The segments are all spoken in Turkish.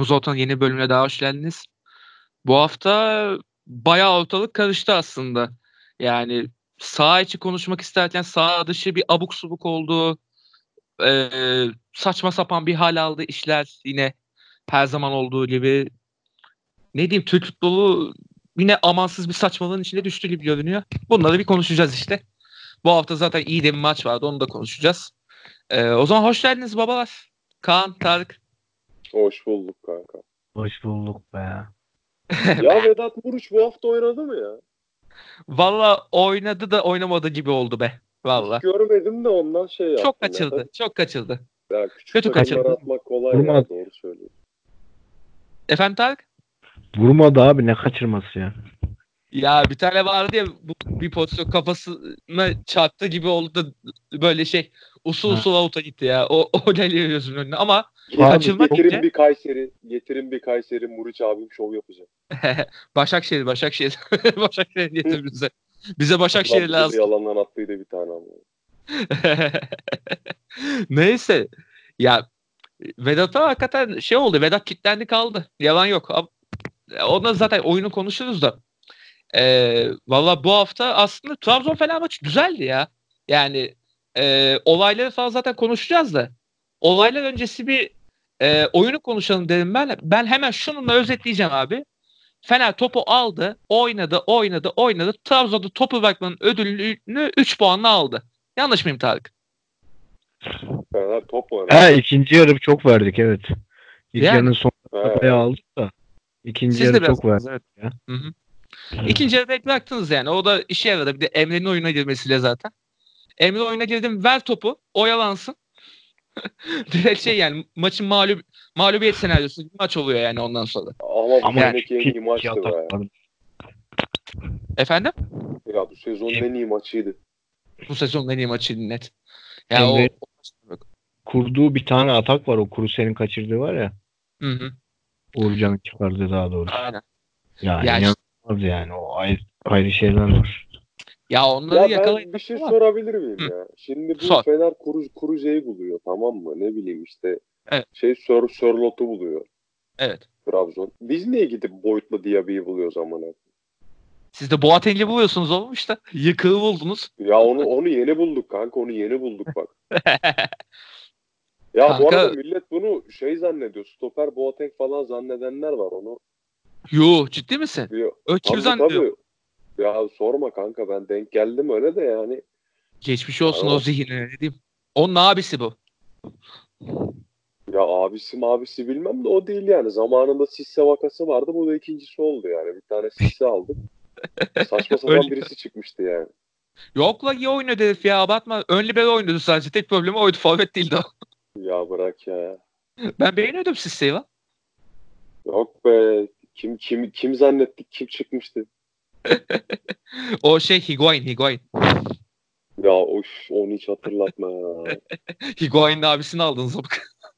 Omuz Orta'nın yeni bölümüne daha hoş geldiniz. Bu hafta bayağı ortalık karıştı aslında. Yani saha içi konuşmak isterken saha dışı bir abuk subuk oldu. Saçma sapan bir hal aldı işler yine her zaman olduğu gibi. Ne diyeyim, Türk futbolu yine amansız bir saçmalığın içine düştü gibi görünüyor. Bunları bir konuşacağız işte. Bu hafta zaten iyi de bir maç vardı, onu da konuşacağız. O zaman hoş geldiniz babalar. Kaan, Tarık. Hoş bulduk kanka. Hoş bulduk be. Ya Vedat Muriç bu hafta oynadı mı ya? Valla oynadı da oynamadı gibi oldu be. Valla. Hiç görmedim de ondan şey yaptım. Çok kaçıldı. Ya. Çok kaçıldı. Ya küçük Kötü takımlara kaçırdı. atmak kolay Vurma. ya, doğru söylüyorsun. Efendim Tarık? Vurmadı abi, ne kaçırması ya. Ya bir tane vardı ya, bir pozisyon kafasına çarptı gibi oldu da böyle usul avuta gitti ya. O geliyor gözümün önüne ama kaçırmak getirin için bir Kayseri Muriç abim şov yapacak. Başakşehir Başakşehir getir bize. Bize Başakşehir lazım. Yalandan attıydı bir tane ama. Neyse. Ya Vedat'a hakikaten oldu. Vedat kilitlendi kaldı. Yalan yok. Onunla zaten oyunu konuşuruz da. Valla bu hafta aslında Trabzon Fenerbahçe güzeldi ya. Yani olayları falan zaten konuşacağız da. Olaylar öncesi bir oyunu konuşalım dedim ben. Ben hemen şununla özetleyeceğim abi. Fener topu aldı, oynadı. Trabzon'da topu bırakmanın ödülünü 3 puanla aldı. Yanlış mıyım Tarık? Fener top oynadı. İkinci yarı çok verdik, evet. İlk Yani. yarının sonunda bayağı aldık da. İkinci yarı çok verdik. Evet. Ya. Hı. İkinci yarıda bıraktınız yani. O da işe yaradı. Bir de Emre'nin oyuna girmesiyle zaten. Emre oyuna girdim, ver topu, oyalansın. Direkt yani maçın mağlubiyet senaryosu bir maç oluyor yani ondan sonra. Ama yani en iyi maçtı be. Efendim? Ya bu sezonun en iyi maçıydı. Bu sezonun en iyi maçıydı net. Ya Emre kurduğu bir tane atak var, o Kuruse'nin kaçırdığı var ya. Hı. Uğurcan'ın çıkardığı daha doğrusu. Aynen. Yani inanılmaz yani, o ayrı şeyler var. Ya onları yakalayın. Ben bir şey sorabilir miyim ya? Şimdi bu Sor. Fener Kuruze'yi buluyor, tamam mı? Ne bileyim işte. Evet. Sörlot'u buluyor. Evet. Trabzon. Biz niye gidip Boyd'la Diaby'yi buluyoruz amına? Siz de Boateng'i buluyorsunuz oğlum işte. Yıkığı buldunuz. Ya onu yeni bulduk kanka. Onu yeni bulduk bak. Ya kanka, bu arada millet bunu zannediyor. Stoper Boateng falan zannedenler var onu. Yo, ciddi misin? Kim zannediyor? Tabii. Ya sorma kanka, ben denk geldim öyle de yani. Geçmiş olsun o zihnine, ne diyeyim. Onun abisi bu. Ya abisi bilmem de o değil yani. Zamanında Sisse vakası vardı. Bu da ikincisi oldu yani. Bir tane Sisse aldık. Saçma sapan birisi çıkmıştı yani. Yok la, iyi oynadı herif ya, abartma. Ön libero oynadı sadece. Tek problemi oydu. Forvet değildi o. Ya bırak ya. Ben beğeniyordum Sisse'yi lan. Yok be. Kim zannettik, kim çıkmıştı? O Higuain. Ya onu hiç hatırlatma ya. Higuain'in abisini aldınız bak.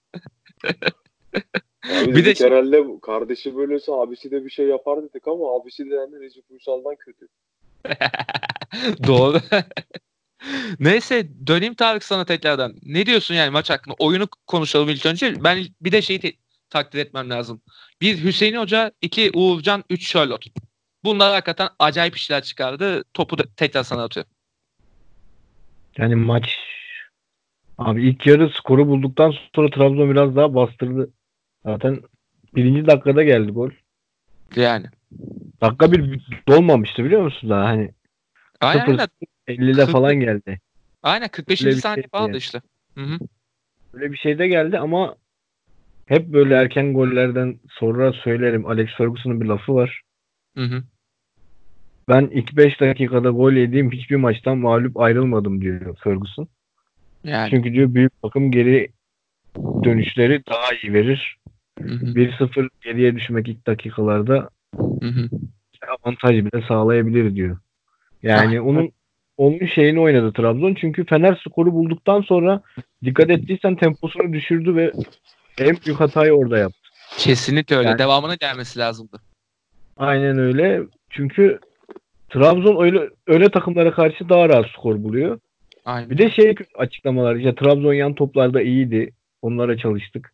Abi bir de herhalde kardeşi böyleyse abisi de bir şey yapar dedik ama abisi de yani Recep Uysal'dan kötü. Doğru. Neyse, döneyim Tarık sana tekrardan. Ne diyorsun yani maç hakkında? Oyunu konuşalım ilk önce. Ben bir de takdir etmem lazım. 1 Hüseyin Hoca, 2 Uğurcan, 3 Charlotte. Bunlar hakikaten acayip işler çıkardı. Topu da tekrar sana atıyorum. Yani maç abi ilk yarı skoru bulduktan sonra Trabzon biraz daha bastırdı. Zaten birinci dakikada geldi gol. Yani. Dakika bir dolmamıştı biliyor musun daha hani. Aynen. 0-50'de falan geldi. Aynen 45. saniye falan da işte. Hı. Böyle bir şey de geldi ama hep böyle erken gollerden sonra söylerim. Alex Ferguson'un bir lafı var. Hı. Ben ilk 5 dakikada gol yediğim hiçbir maçtan mağlup ayrılmadım diyor Ferguson. Yani. Çünkü diyor büyük takım geri dönüşleri daha iyi verir. 1-0 geriye düşmek ilk dakikalarda avantaj bile sağlayabilir diyor. Yani onun şeyini oynadı Trabzon. Çünkü Fener skoru bulduktan sonra dikkat ettiysen temposunu düşürdü ve en büyük hatayı orada yaptı. Kesinlikle öyle. Yani, devamına gelmesi lazımdı. Aynen öyle. Çünkü Trabzon öyle takımlara karşı daha rahat skor buluyor. Aynen. Bir de açıklamalar. İşte Trabzon yan toplarda iyiydi. Onlara çalıştık.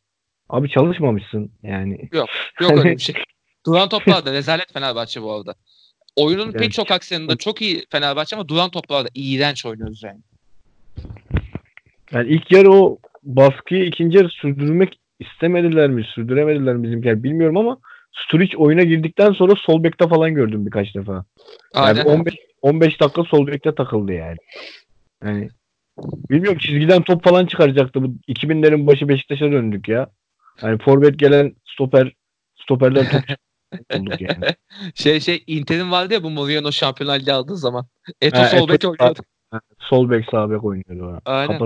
Abi çalışmamışsın yani. Yok öyle bir şey. Duran toplarda rezalet Fenerbahçe bu arada. Oyunun Yani pek çok aksiyonunda çok iyi Fenerbahçe ama duran toplarda iğrenç oynuyoruz yani. Yani ilk yarı o baskıyı ikinci yarı sürdürmek istemediler mi, sürdüremediler mi bizimkiler bilmiyorum ama Sturridge oyuna girdikten sonra sol bekte falan gördüm birkaç defa. Yani Aynen. 15 dakika sol bekte takıldı yani. Yani bilmiyorum, çizgiden top falan çıkaracaktı. Bu 2000'lerin başı Beşiktaş'a döndük ya. Yani forvet gelen stoperden top bulduk yani. Inter'in vardı ya bu Mourinho Şampiyonlar Ligi aldığı zaman. Eto'o Ha, sol bek oynuyordu. sol bek sağ bek oynuyordu o. Aynen.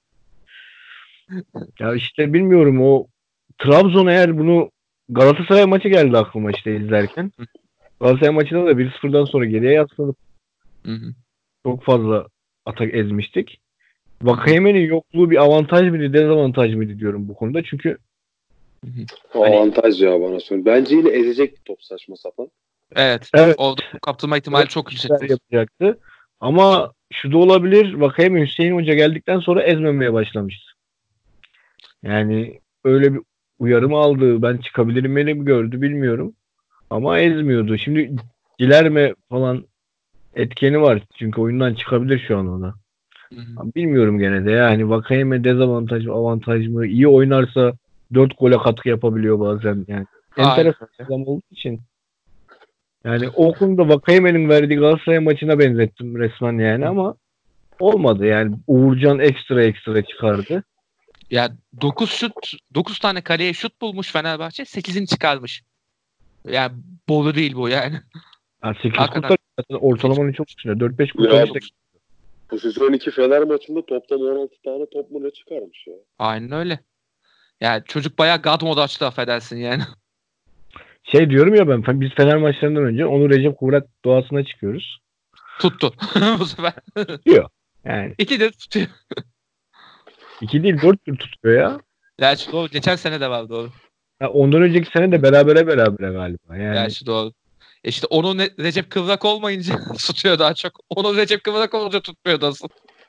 Ya işte bilmiyorum, o Trabzon, eğer bunu Galatasaray maçı geldi aklıma işte izlerken. Galatasaray maçında da 1-0'dan sonra geriye yaslanıp çok fazla atak ezmiştik. Vakayeme'nin yokluğu bir avantaj mıydı, dezavantaj mıydı diyorum bu konuda. Çünkü avantaj ya bana söyle. Bence yine ezecekti top saçma sapan. Evet. Oldu. Kaptırma ihtimali çok yüksek. Yapacaktı. Ama şu da olabilir. Vakayeme Hüseyin Hoca geldikten sonra ezmemeye başlamıştı. Yani öyle bir uyarım aldı. Ben çıkabilirim beni mi gördü bilmiyorum. Ama ezmiyordu. Şimdi Cilerme falan etkeni var. Çünkü oyundan çıkabilir şu an ona. Bilmiyorum gene de. Yani Vakayeme dezavantaj mı avantaj mı? İyi oynarsa 4 gole katkı yapabiliyor bazen. Yani enteresan bir adam olduğu için. Yani o konuda Vakayeme'nin verdiği Galatasaray maçına benzettim resmen yani ama olmadı. Yani Uğurcan ekstra çıkardı. Ya 9 tane kaleye şut bulmuş Fenerbahçe, 8'ini çıkarmış. Yani bolu değil bu yani. Yani 8 Hakikaten. kurtar ortalamanın çok üstünde. 4-5 Ya, kurtarış. bu sezon 2 Fener maçında toplam 16 tane top mu ne çıkarmış ya? Aynen öyle. Yani çocuk bayağı God mode açtı, affedersin yani. Şey diyorum ya ben, biz Fener maçlarından önce Onur Recep Kuvvet doğasına çıkıyoruz. Tuttu. Bu sefer. Tutuyor. Yani 2 de tutuyor. 2 değil 4 tur tutuyor ya. Gerçi doğru. Geçen sene de var, doğru. Ya ondan önceki sene de berabere galiba. Yani Gerçi doğru. İşte onun Recep Kıvrak olmayınca tutuyor daha çok. Onun Recep Kıvrak olunca tutmuyordu asıl.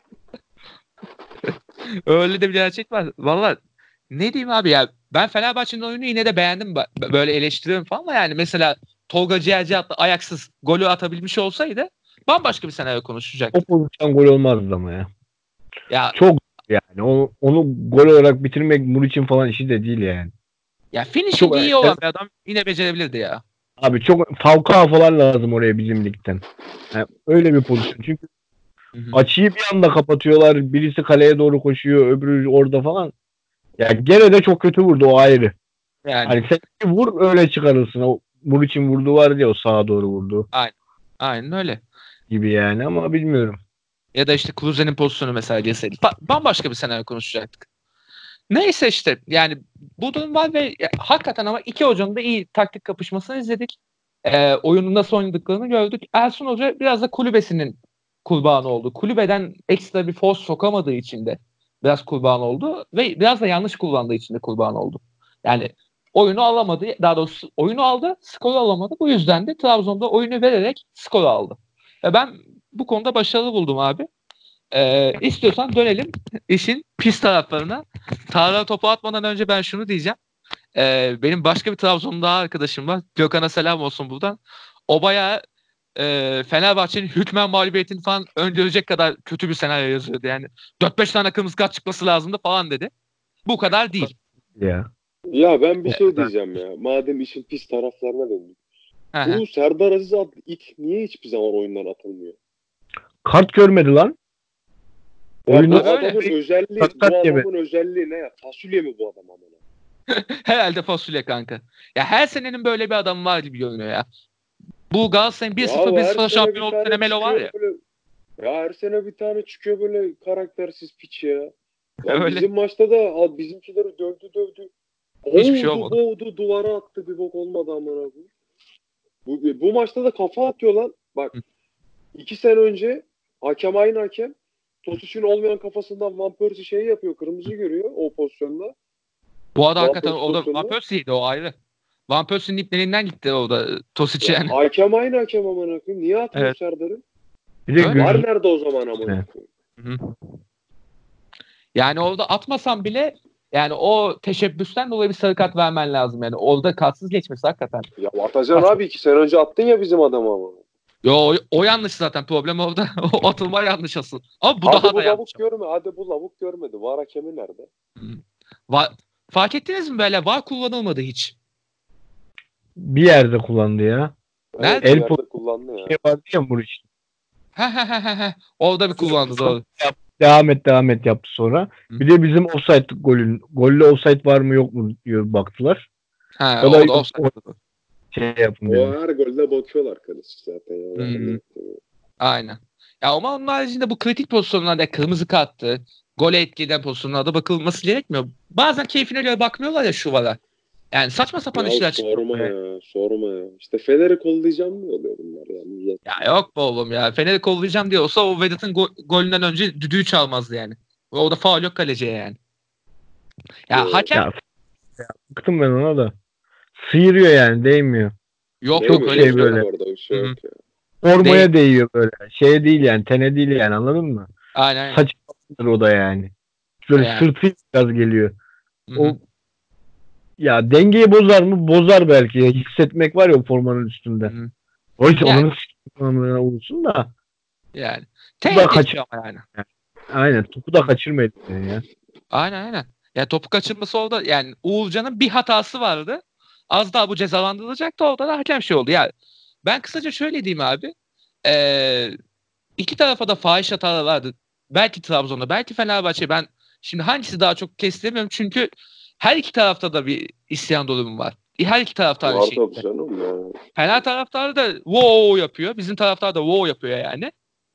Öyle de bir gerçek var. Valla ne diyeyim abi ya. Ben Fenerbahçe'nin oyunu yine de beğendim. Böyle eleştiriyorum falan ama yani mesela Tolga Ciğerci adlı ayaksız golü atabilmiş olsaydı bambaşka bir senaryo o konuşacaktık. pozisyon gol olmazdı ama ya. Ya Çok yani onu gol olarak bitirmek Muriç'in falan işi de değil yani. ya finishing Çok iyi olan bir adam yine becerebilirdi ya. abi çok Falcao falan lazım oraya bizim ligden. Yani öyle bir pozisyon. Çünkü açıyı bir anda kapatıyorlar. Birisi kaleye doğru koşuyor, öbürü orada falan. Ya gene de çok kötü vurdu, o ayrı. Yani Hani sen vur öyle çıkarılsın. O Muriç'in vurduğu var ya, o sağa doğru vurdu aynen öyle. gibi yani, ama bilmiyorum. Ya da işte Kluse'nin pozisyonu mesela girseydi. Bambaşka bir senaryo konuşacaktık. Neyse işte yani bu durum var ve hakikaten ama iki hocanın da iyi taktik kapışmasını izledik. Oyunu nasıl oynadıklarını gördük. Ersun Hoca biraz da kulübesinin kurbanı oldu. Kulübeden ekstra bir force sokamadığı için de biraz kurban oldu ve biraz da yanlış kullandığı için de kurban oldu. Yani oyunu alamadı. Daha doğrusu oyunu aldı, skoru alamadı. Bu yüzden de Trabzon'da oyunu vererek skoru aldı. Ve ben bu konuda başarılı buldum abi. İstiyorsan dönelim işin pis taraflarına. Tarla topu atmadan önce ben şunu diyeceğim. Benim başka bir Trabzonlu daha arkadaşım var. Gökhan'a selam olsun buradan. O bayağı Fenerbahçe'nin hükmen mağlubiyetini falan öngörecek kadar kötü bir senaryo yazıyordu. Yani 4-5 tane kırmızı kart çıkması lazımdı falan dedi. Bu kadar değil. Ya. Ya ben bir şey diyeceğim ya. Madem işin pis taraflarına döndük. Bu Serdar Aziz adlı it niye hiçbir zaman oyundan atılmıyor? Kart görmedi lan. Ya bu adamın özelliği ne ya? Fasulye mi bu adam amına? Herhalde fasulye kanka. Ya her senenin böyle bir adamı var gibi görünüyor ya. Bu Galatasaray'ın 1-0 şampiyon olduğu dönem Melo var ya. Böyle, ya her sene bir tane çıkıyor böyle karaktersiz piç ya. Öyle. Bizim maçta da bizimkileri dövdü. Hiçbir şey olmadı. Boğdu, duvara attı, bir bok olmadı amına. Bu maçta da kafa atıyor lan. Bak 2 sene önce aynı hakem. Tosic'in olmayan kafasından Van Persie yapıyor. Kırmızı görüyor o pozisyonda. Bu arada hakikaten orada Van Persie'ydi, o ayrı. Van Persie'nin iplerinden gitti orada Tosic yani. Aynı hakem amına koyayım. Niye atmıyor Serdar'ı? Var nerede o zaman amına koyayım? Yani orada atmasam bile Yani o teşebbüsten dolayı bir sarı kart vermen lazım yani. Orada kartsız geçmesi hakikaten. Ya atacaksın abi 2 sene önce attın ya bizim adamı ama. Yo o yanlış zaten problem orada. O atılma yanlış asıl. Ama bu Hadi daha bu da yanlış. Hadi bu lavuk görmedi. VAR hakemi nerede? Fark ettiniz mi böyle VAR kullanılmadı hiç? Bir yerde kullandı ya. Evet, Nerede? bir yerde kullandı ya. Şey vardı ya Muriç. Orada bir kullandı doğru. Devam et yaptı sonra. Bir de bizim offside golle offside var mı yok mu diyor baktılar. Ha, O da offside. şey yapın O dedi. her golde bakıyorlar kardeşim zaten. Ya. Aynen. Ya ama onun haricinde bu kritik pozisyonlarda kırmızı karttı, gole etkileyen pozisyonlarda bakılması gerekmiyor. Bazen keyfine göre bakmıyorlar ya şu vara. Yani saçma sapan işler çıkıyor. Sorma ya. İşte Fener'i kollayacağım mı oluyor bunlar yani? Ya yok be oğlum ya. Fener'i kollayacağım diye olsa o Vedat'ın golünden önce düdüğü çalmazdı yani. Orada faul yok kaleciye yani. Ya hakem Baktım ben ona da. Sıyırıyor yani değmiyor. yok Çok öyle şey böyle. Orada bir şey yok ya. Formaya değiyor böyle. Şey değil yani. Tene değil yani anladın mı? Aynen. Saç o da yani. Böyle Yani. sırtı biraz geliyor. Hı-hı. O ya dengeyi bozar mı? Bozar belki. Hissetmek var ya o formanın üstünde. Hı-hı. Oysa Yani. onun olursun da. Yani. Topu da kaçırma yani. Aynen. Topu da kaçırmayın ya. Aynen. Ya topu kaçırması oldu. Yani Uğurcan'ın bir hatası vardı. Az daha bu cezalandırılacaktı. Orada da hakem şey oldu. Yani ben kısaca şöyle diyeyim abi. İki tarafa da fahiş hatalar vardı. Belki Trabzon'da, belki Fenerbahçe. Ben şimdi hangisi daha çok kestiremiyorum. Çünkü her iki tarafta da bir isyan durumu var. Her iki tarafta aynı şey. Fener taraftarı da wow yapıyor. Bizim taraftar da wow yapıyor yani.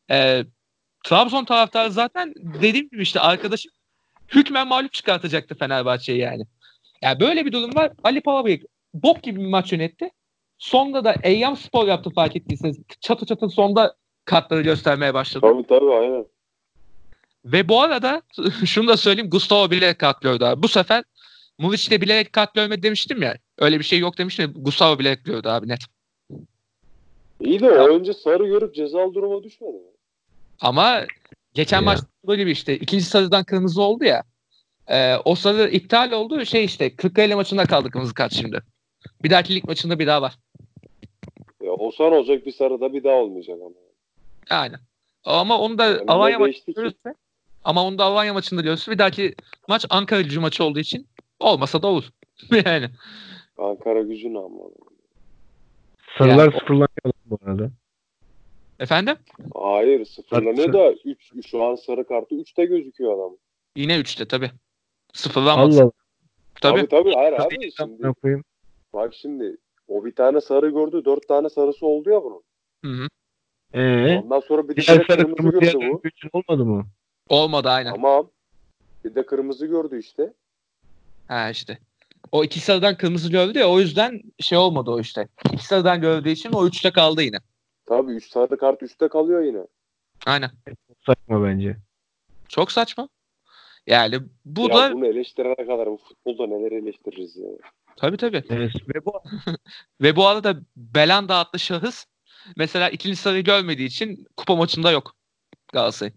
Trabzon taraftarı zaten dediğim gibi işte arkadaşım hükmen mağlup çıkartacaktı Fenerbahçe'yi yani. Yani böyle bir durum var. Ali Palabıyık bok gibi bir maç yönetti. Sonda da Eyyam Spor yaptı fark ettiyseniz. Çatı çatı sonda kartları göstermeye başladı. Tabii aynen. Ve bu arada şunu da söyleyeyim. Gustavo bilerek kart gördü abi. Bu sefer Muriç de bilerek kart görmedi demiştim ya. Öyle bir şey yok demiştim. Gustavo bilerek gördü abi net. İyi de önce sarı görüp cezalı duruma düşmedi mi? Ama geçen maçta böyle bir işte. İkinci sarıdan kırmızı oldu ya. O sarı iptal oldu. Şey işte Kırklareli maçında kaldı kırmızı kart şimdi. Bir dahaki lig maçında bir daha var. Ya olsan olacak bir sarıda bir daha olmayacak ama. Aynen. Ama onu da Yani Alanya maçında görürse. Ama onu da Alanya maçında görürse bir dahaki maç Ankara Gücü maçı olduğu için olmasa da olur. Yani. Ankara Gücü ne ama. Sarılar Yani, sıfırlanıyor bu arada. Efendim? Hayır sıfırlanıyor da şu an sarı kartı 3'te gözüküyor adam. Yine 3'te tabii. Sıfırlanmaz. Allah. Tabii. Hayır abi şimdi. Bak şimdi o bir tane sarı gördü. 4 tane sarısı oldu ya bunun. Hı. Ondan sonra bir de kırmızı gördü bu. Olmadı mı? Olmadı aynen. Tamam. Bir de kırmızı gördü işte. Ha işte. O iki sarıdan kırmızı gördü ya o yüzden şey olmadı o işte. İki sarıdan gördüğü için o 3'te kaldı yine. Tabii 3 sarı kart 3'te kalıyor yine. Aynen. Saçma bence. Çok saçma. Yani bu ya da bunu eleştirene kadar bu futbolda neler eleştiririz ya. Tabii. Evet. Ve bu arada Belanda adlı şahıs mesela ikinci sarıyı görmediği için kupa maçında yok Galatasaray.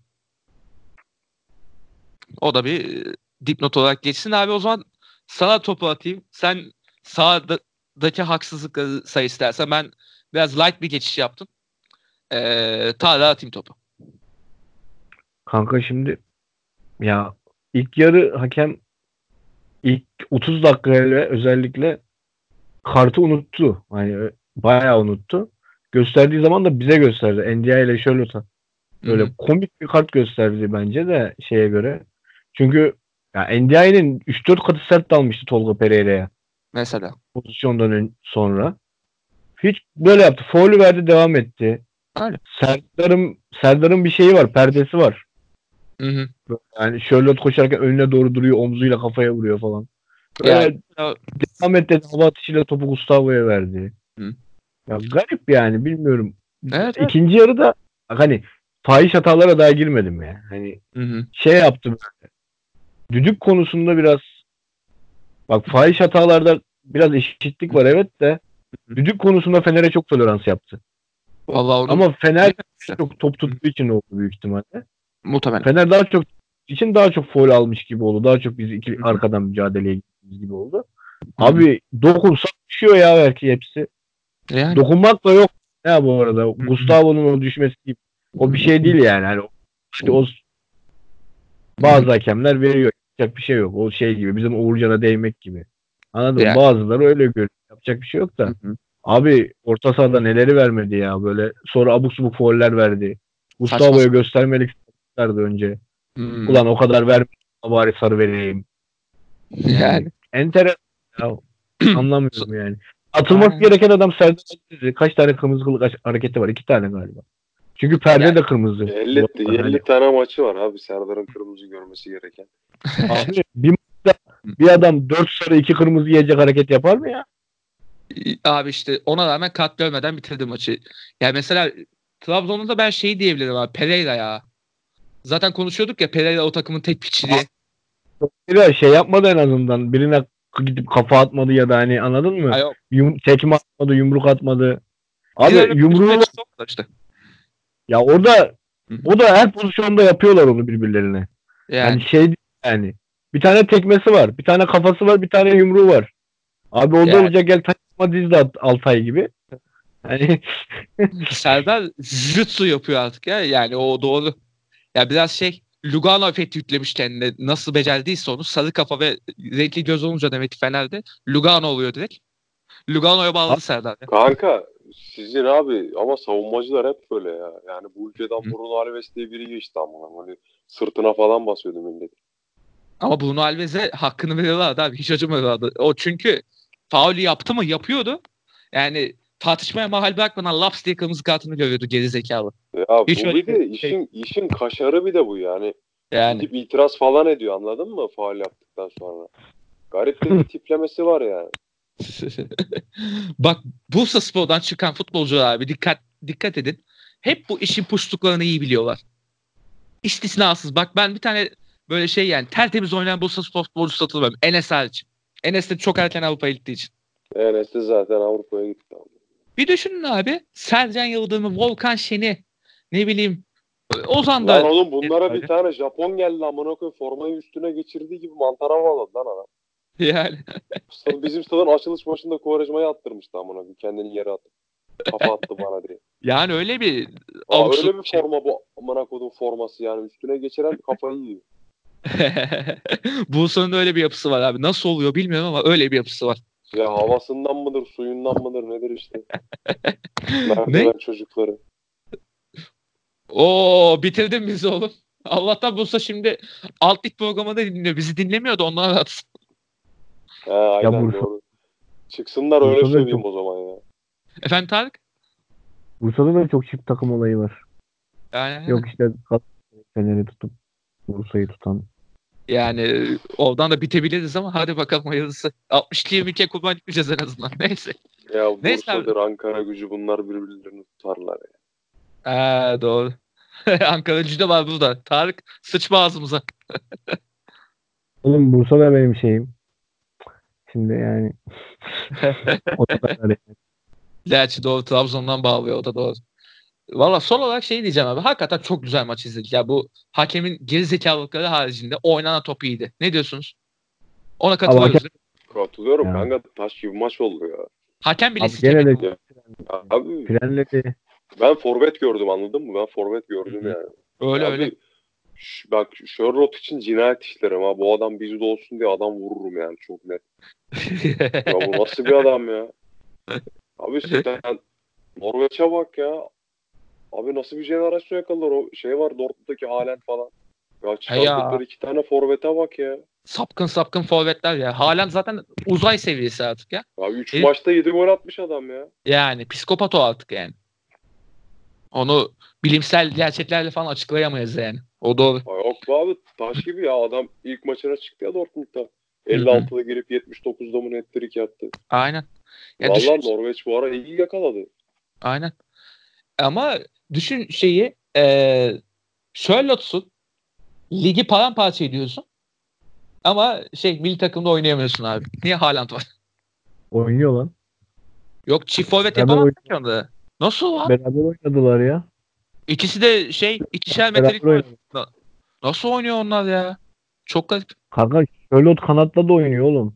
O da bir dipnot olarak geçsin abi. O zaman sana topu atayım. Sen sağdaki haksızlıkları say istersen. Ben biraz light bir geçiş yaptım. Tarık'a atayım topu. Kanka şimdi ya ilk yarı hakem ilk 30 dakikayla özellikle kartı unuttu. Hani bayağı unuttu. Gösterdiği zaman da bize gösterdi. NDI ile Charlotte'a. Böyle komik bir kart gösterdi bence de şeye göre. Çünkü ya NDI'nin 3-4 katı sert dalmıştı Tolga Pereira'ya. Mesela. Pozisyondan sonra. Hiç böyle yaptı. Faulü verdi devam etti. Öyle. Serdar'ın bir şeyi var. Perdesi var. Hı. Yani Charlotte koşarken önüne doğru duruyor. Omzuyla kafaya vuruyor falan. Yani, devam etti. Hava atışıyla topu Gustavo'ya verdi. Hı. Ya garip yani bilmiyorum. Evet. İkinci yarıda hani fahiş hatalara daha girmedim ya. Hani şey yaptım. Düdük konusunda biraz bak fahiş hatalarda biraz eşitlik var evet de düdük konusunda Fener'e çok tolerans yaptı. Vallahi ama Fener çok top tuttuğu için oldu büyük ihtimalle. Muhtemelen. Fener daha çok için daha çok faul almış gibi oldu. Daha çok biz iki arkadan mücadeleye gittiğimiz gibi oldu. Abi dokunsa düşüyor ya belki hepsi. Yani. Dokunmak da yok ya bu arada. Gustavo'nun o düşmesi gibi. O bir şey değil yani. Hani işte o bazı hakemler veriyor. Yapacak bir şey yok. O şey gibi. Bizim Uğurcan'a değmek gibi. Anladın mı? Yani. Bazıları öyle görüyor. Yapacak bir şey yok da. Abi orta sahada neleri vermedi ya böyle. Sonra abuk subuk fauller verdi. Gustavo'ya göstermelik verdi önce. Ulan o kadar vermedi. Bari sarı vereyim. Yani. Enteresan ya. Anlamıyorum yani. Atılması gereken adam Serdar Aziz. Kaç tane kırmızı kılık hareketi var? 2 tane galiba. Çünkü perde Yani. de kırmızı. 50 tane maçı var abi Serdar'ın kırmızı görmesi gereken. Abi bir maçta bir adam 4 sarı 2 kırmızı yiyecek hareket yapar mı ya? Abi işte ona rağmen kat görmeden bitirdi maçı. Yani mesela Trabzon'da da ben şeyi diyebilirim abi. Pereira ya. Zaten konuşuyorduk ya Pereira o takımın tek piçi diye. Biraz şey yapmadı en azından. Birine gidip kafa atmadı ya da hani anladın mı? Tekme atmadı, yumruk atmadı. Abi yumruğu işte. Ya orada o da her pozisyonda yapıyorlar onu birbirlerine. Yani şey yani bir tane tekmesi var, bir tane kafası var, bir tane yumruğu var. Abi orada olacak gel taşıma diz de at Altay gibi. Hani Serdar jutsu yapıyor artık ya. Yani o doğru. Ya biraz şey Lugano efekti yüklemiş kendine. Nasıl becerdiyse onu sarı kafa ve renkli göz olunca demek ki Fener'de Lugano oluyor direkt. Lugano'ya bağladı Serdar. Ya. Kanka sizin abi ama savunmacılar hep böyle ya. Yani bu ülkeden Bruno Alves diye biri geçti ama hani sırtına falan basıyordu millet. Ama Bruno Alves'e hakkını veriyorlardı abi. Hiç acımıyorlardı. O çünkü faulü yaptı mı yapıyordu. Yani tartışmaya mahal bırakmadan laps diye kırmızı kartını görüyordu geri zekalı. Ya Hiç bu bir de işin kaşarı bir de bu yani. Yani. Gidip itiraz falan ediyor anladın mı faul yaptıktan sonra. Garip de bir tiplemesi var yani. Bak Bursaspor'dan çıkan futbolcular abi dikkat edin. Hep bu işin puştuklarını iyi biliyorlar. İstisnasız. Bak ben bir tane böyle şey yani tertemiz oynayan Bursaspor futbolcusu hatırlamıyorum. Enes hariç. Enes de çok erken Avrupa'ya gittiği için. Enes de zaten Avrupa'ya gitti. Bir düşünün abi. Sercan Yıldırım'ı, Volkan Şen'i ne bileyim Ozan da. Lan oğlum bunlara bir tane Japon geldi amına koyayım formayı üstüne geçirdiği gibi mantara bağladı lan adam. Yani. Bizim stadın açılış maçında Quaresma'yı attırmıştı amına koyayım kendini yere atıp. Kafa attı bana diye. Yani öyle bir öyle bir forma bu amına koyduğum forması yani üstüne geçiren kafayı yiyor. Bursa'nın öyle bir yapısı var abi. Nasıl oluyor bilmiyorum ama öyle bir yapısı var. Ya havasından mıdır, suyundan mıdır nedir işte. Merdiven çocukları. Bitirdin bizi oğlum. Allah'tan Bursa şimdi alt lig programında dinliyor. Bizi dinlemiyordu ondan rahatsız. Aynen doğru. Çıksınlar Bursa'da öyle söyleyeyim çok... o zaman ya. Efendim Tarık? Bursa'da da çok çift takım olayı var. Yani. Yok işte Fener'i tutup Bursa'yı tutan. Yani oradan da bitebiliriz ama hadi bakalım hayırlısı. 60-22'ye kurban gitmeyeceğiz en azından. Neyse. Ya Bursa'dır, Ankara Gücü bunlar birbirlerini tutarlar ya. Doğru. Ankara Gücü de var burada. Tarık sıçma ağzımıza. Oğlum Bursa da benim şeyim. Şimdi yani. Gerçi doğru Trabzon'dan bağlıyor o da doğru. Valla son olarak şey diyeceğim abi. Hakikaten çok güzel maç izledik. Ya bu hakemin gerizekalılıkları haricinde oynanan top iyiydi. Ne diyorsunuz? Ona katılıyoruz. Katılıyorum kanka. Taş gibi maç oldu ya. Hakem bile sikemedi. Abi frenledi. Ben forvet gördüm anladın mı? Ben forvet gördüm yani. Öyle abi, öyle. Bak Sherlock için cinayet işlerim ha. Bu adam bizde olsun diye adam vururum yani çok net. Ya bu nasıl bir adam ya? Abi sen Norveç'e bak ya. Abi nasıl bir jenerasyon yakaladılar o şey var Dortmund'daki Haaland falan. Ya çıkarttıkları 2 tane forvete bak ya. Sapkın forvetler ya. Haaland zaten uzay seviyesi artık ya. Ya 3 maçta 7 gol atmış adam ya. Yani psikopat o artık yani. Onu bilimsel gerçeklerle falan açıklayamayız yani. O doğru. Yok abi taş gibi ya adam ilk maçına çıktı ya Dortmund'da. 56'da girip 79'da mı hat-trick yaptı. Aynen. Ya vallahi Norveç bu ara iyi yakaladı. Aynen. Ama düşün şeyi Charlotte'sun. Ligi paramparça ediyorsun. Ama milli takımda oynayamıyorsun abi. Niye Haaland var? Oynuyor lan. Yok çift forvet yapamazsın ki onda. Nasıl lan? Beraber oynadılar ya. İkisi de ikişer metrelik boy. Nasıl oynuyor onlar ya? Çok garip. Kanka Charlotte kanatta da oynuyor oğlum.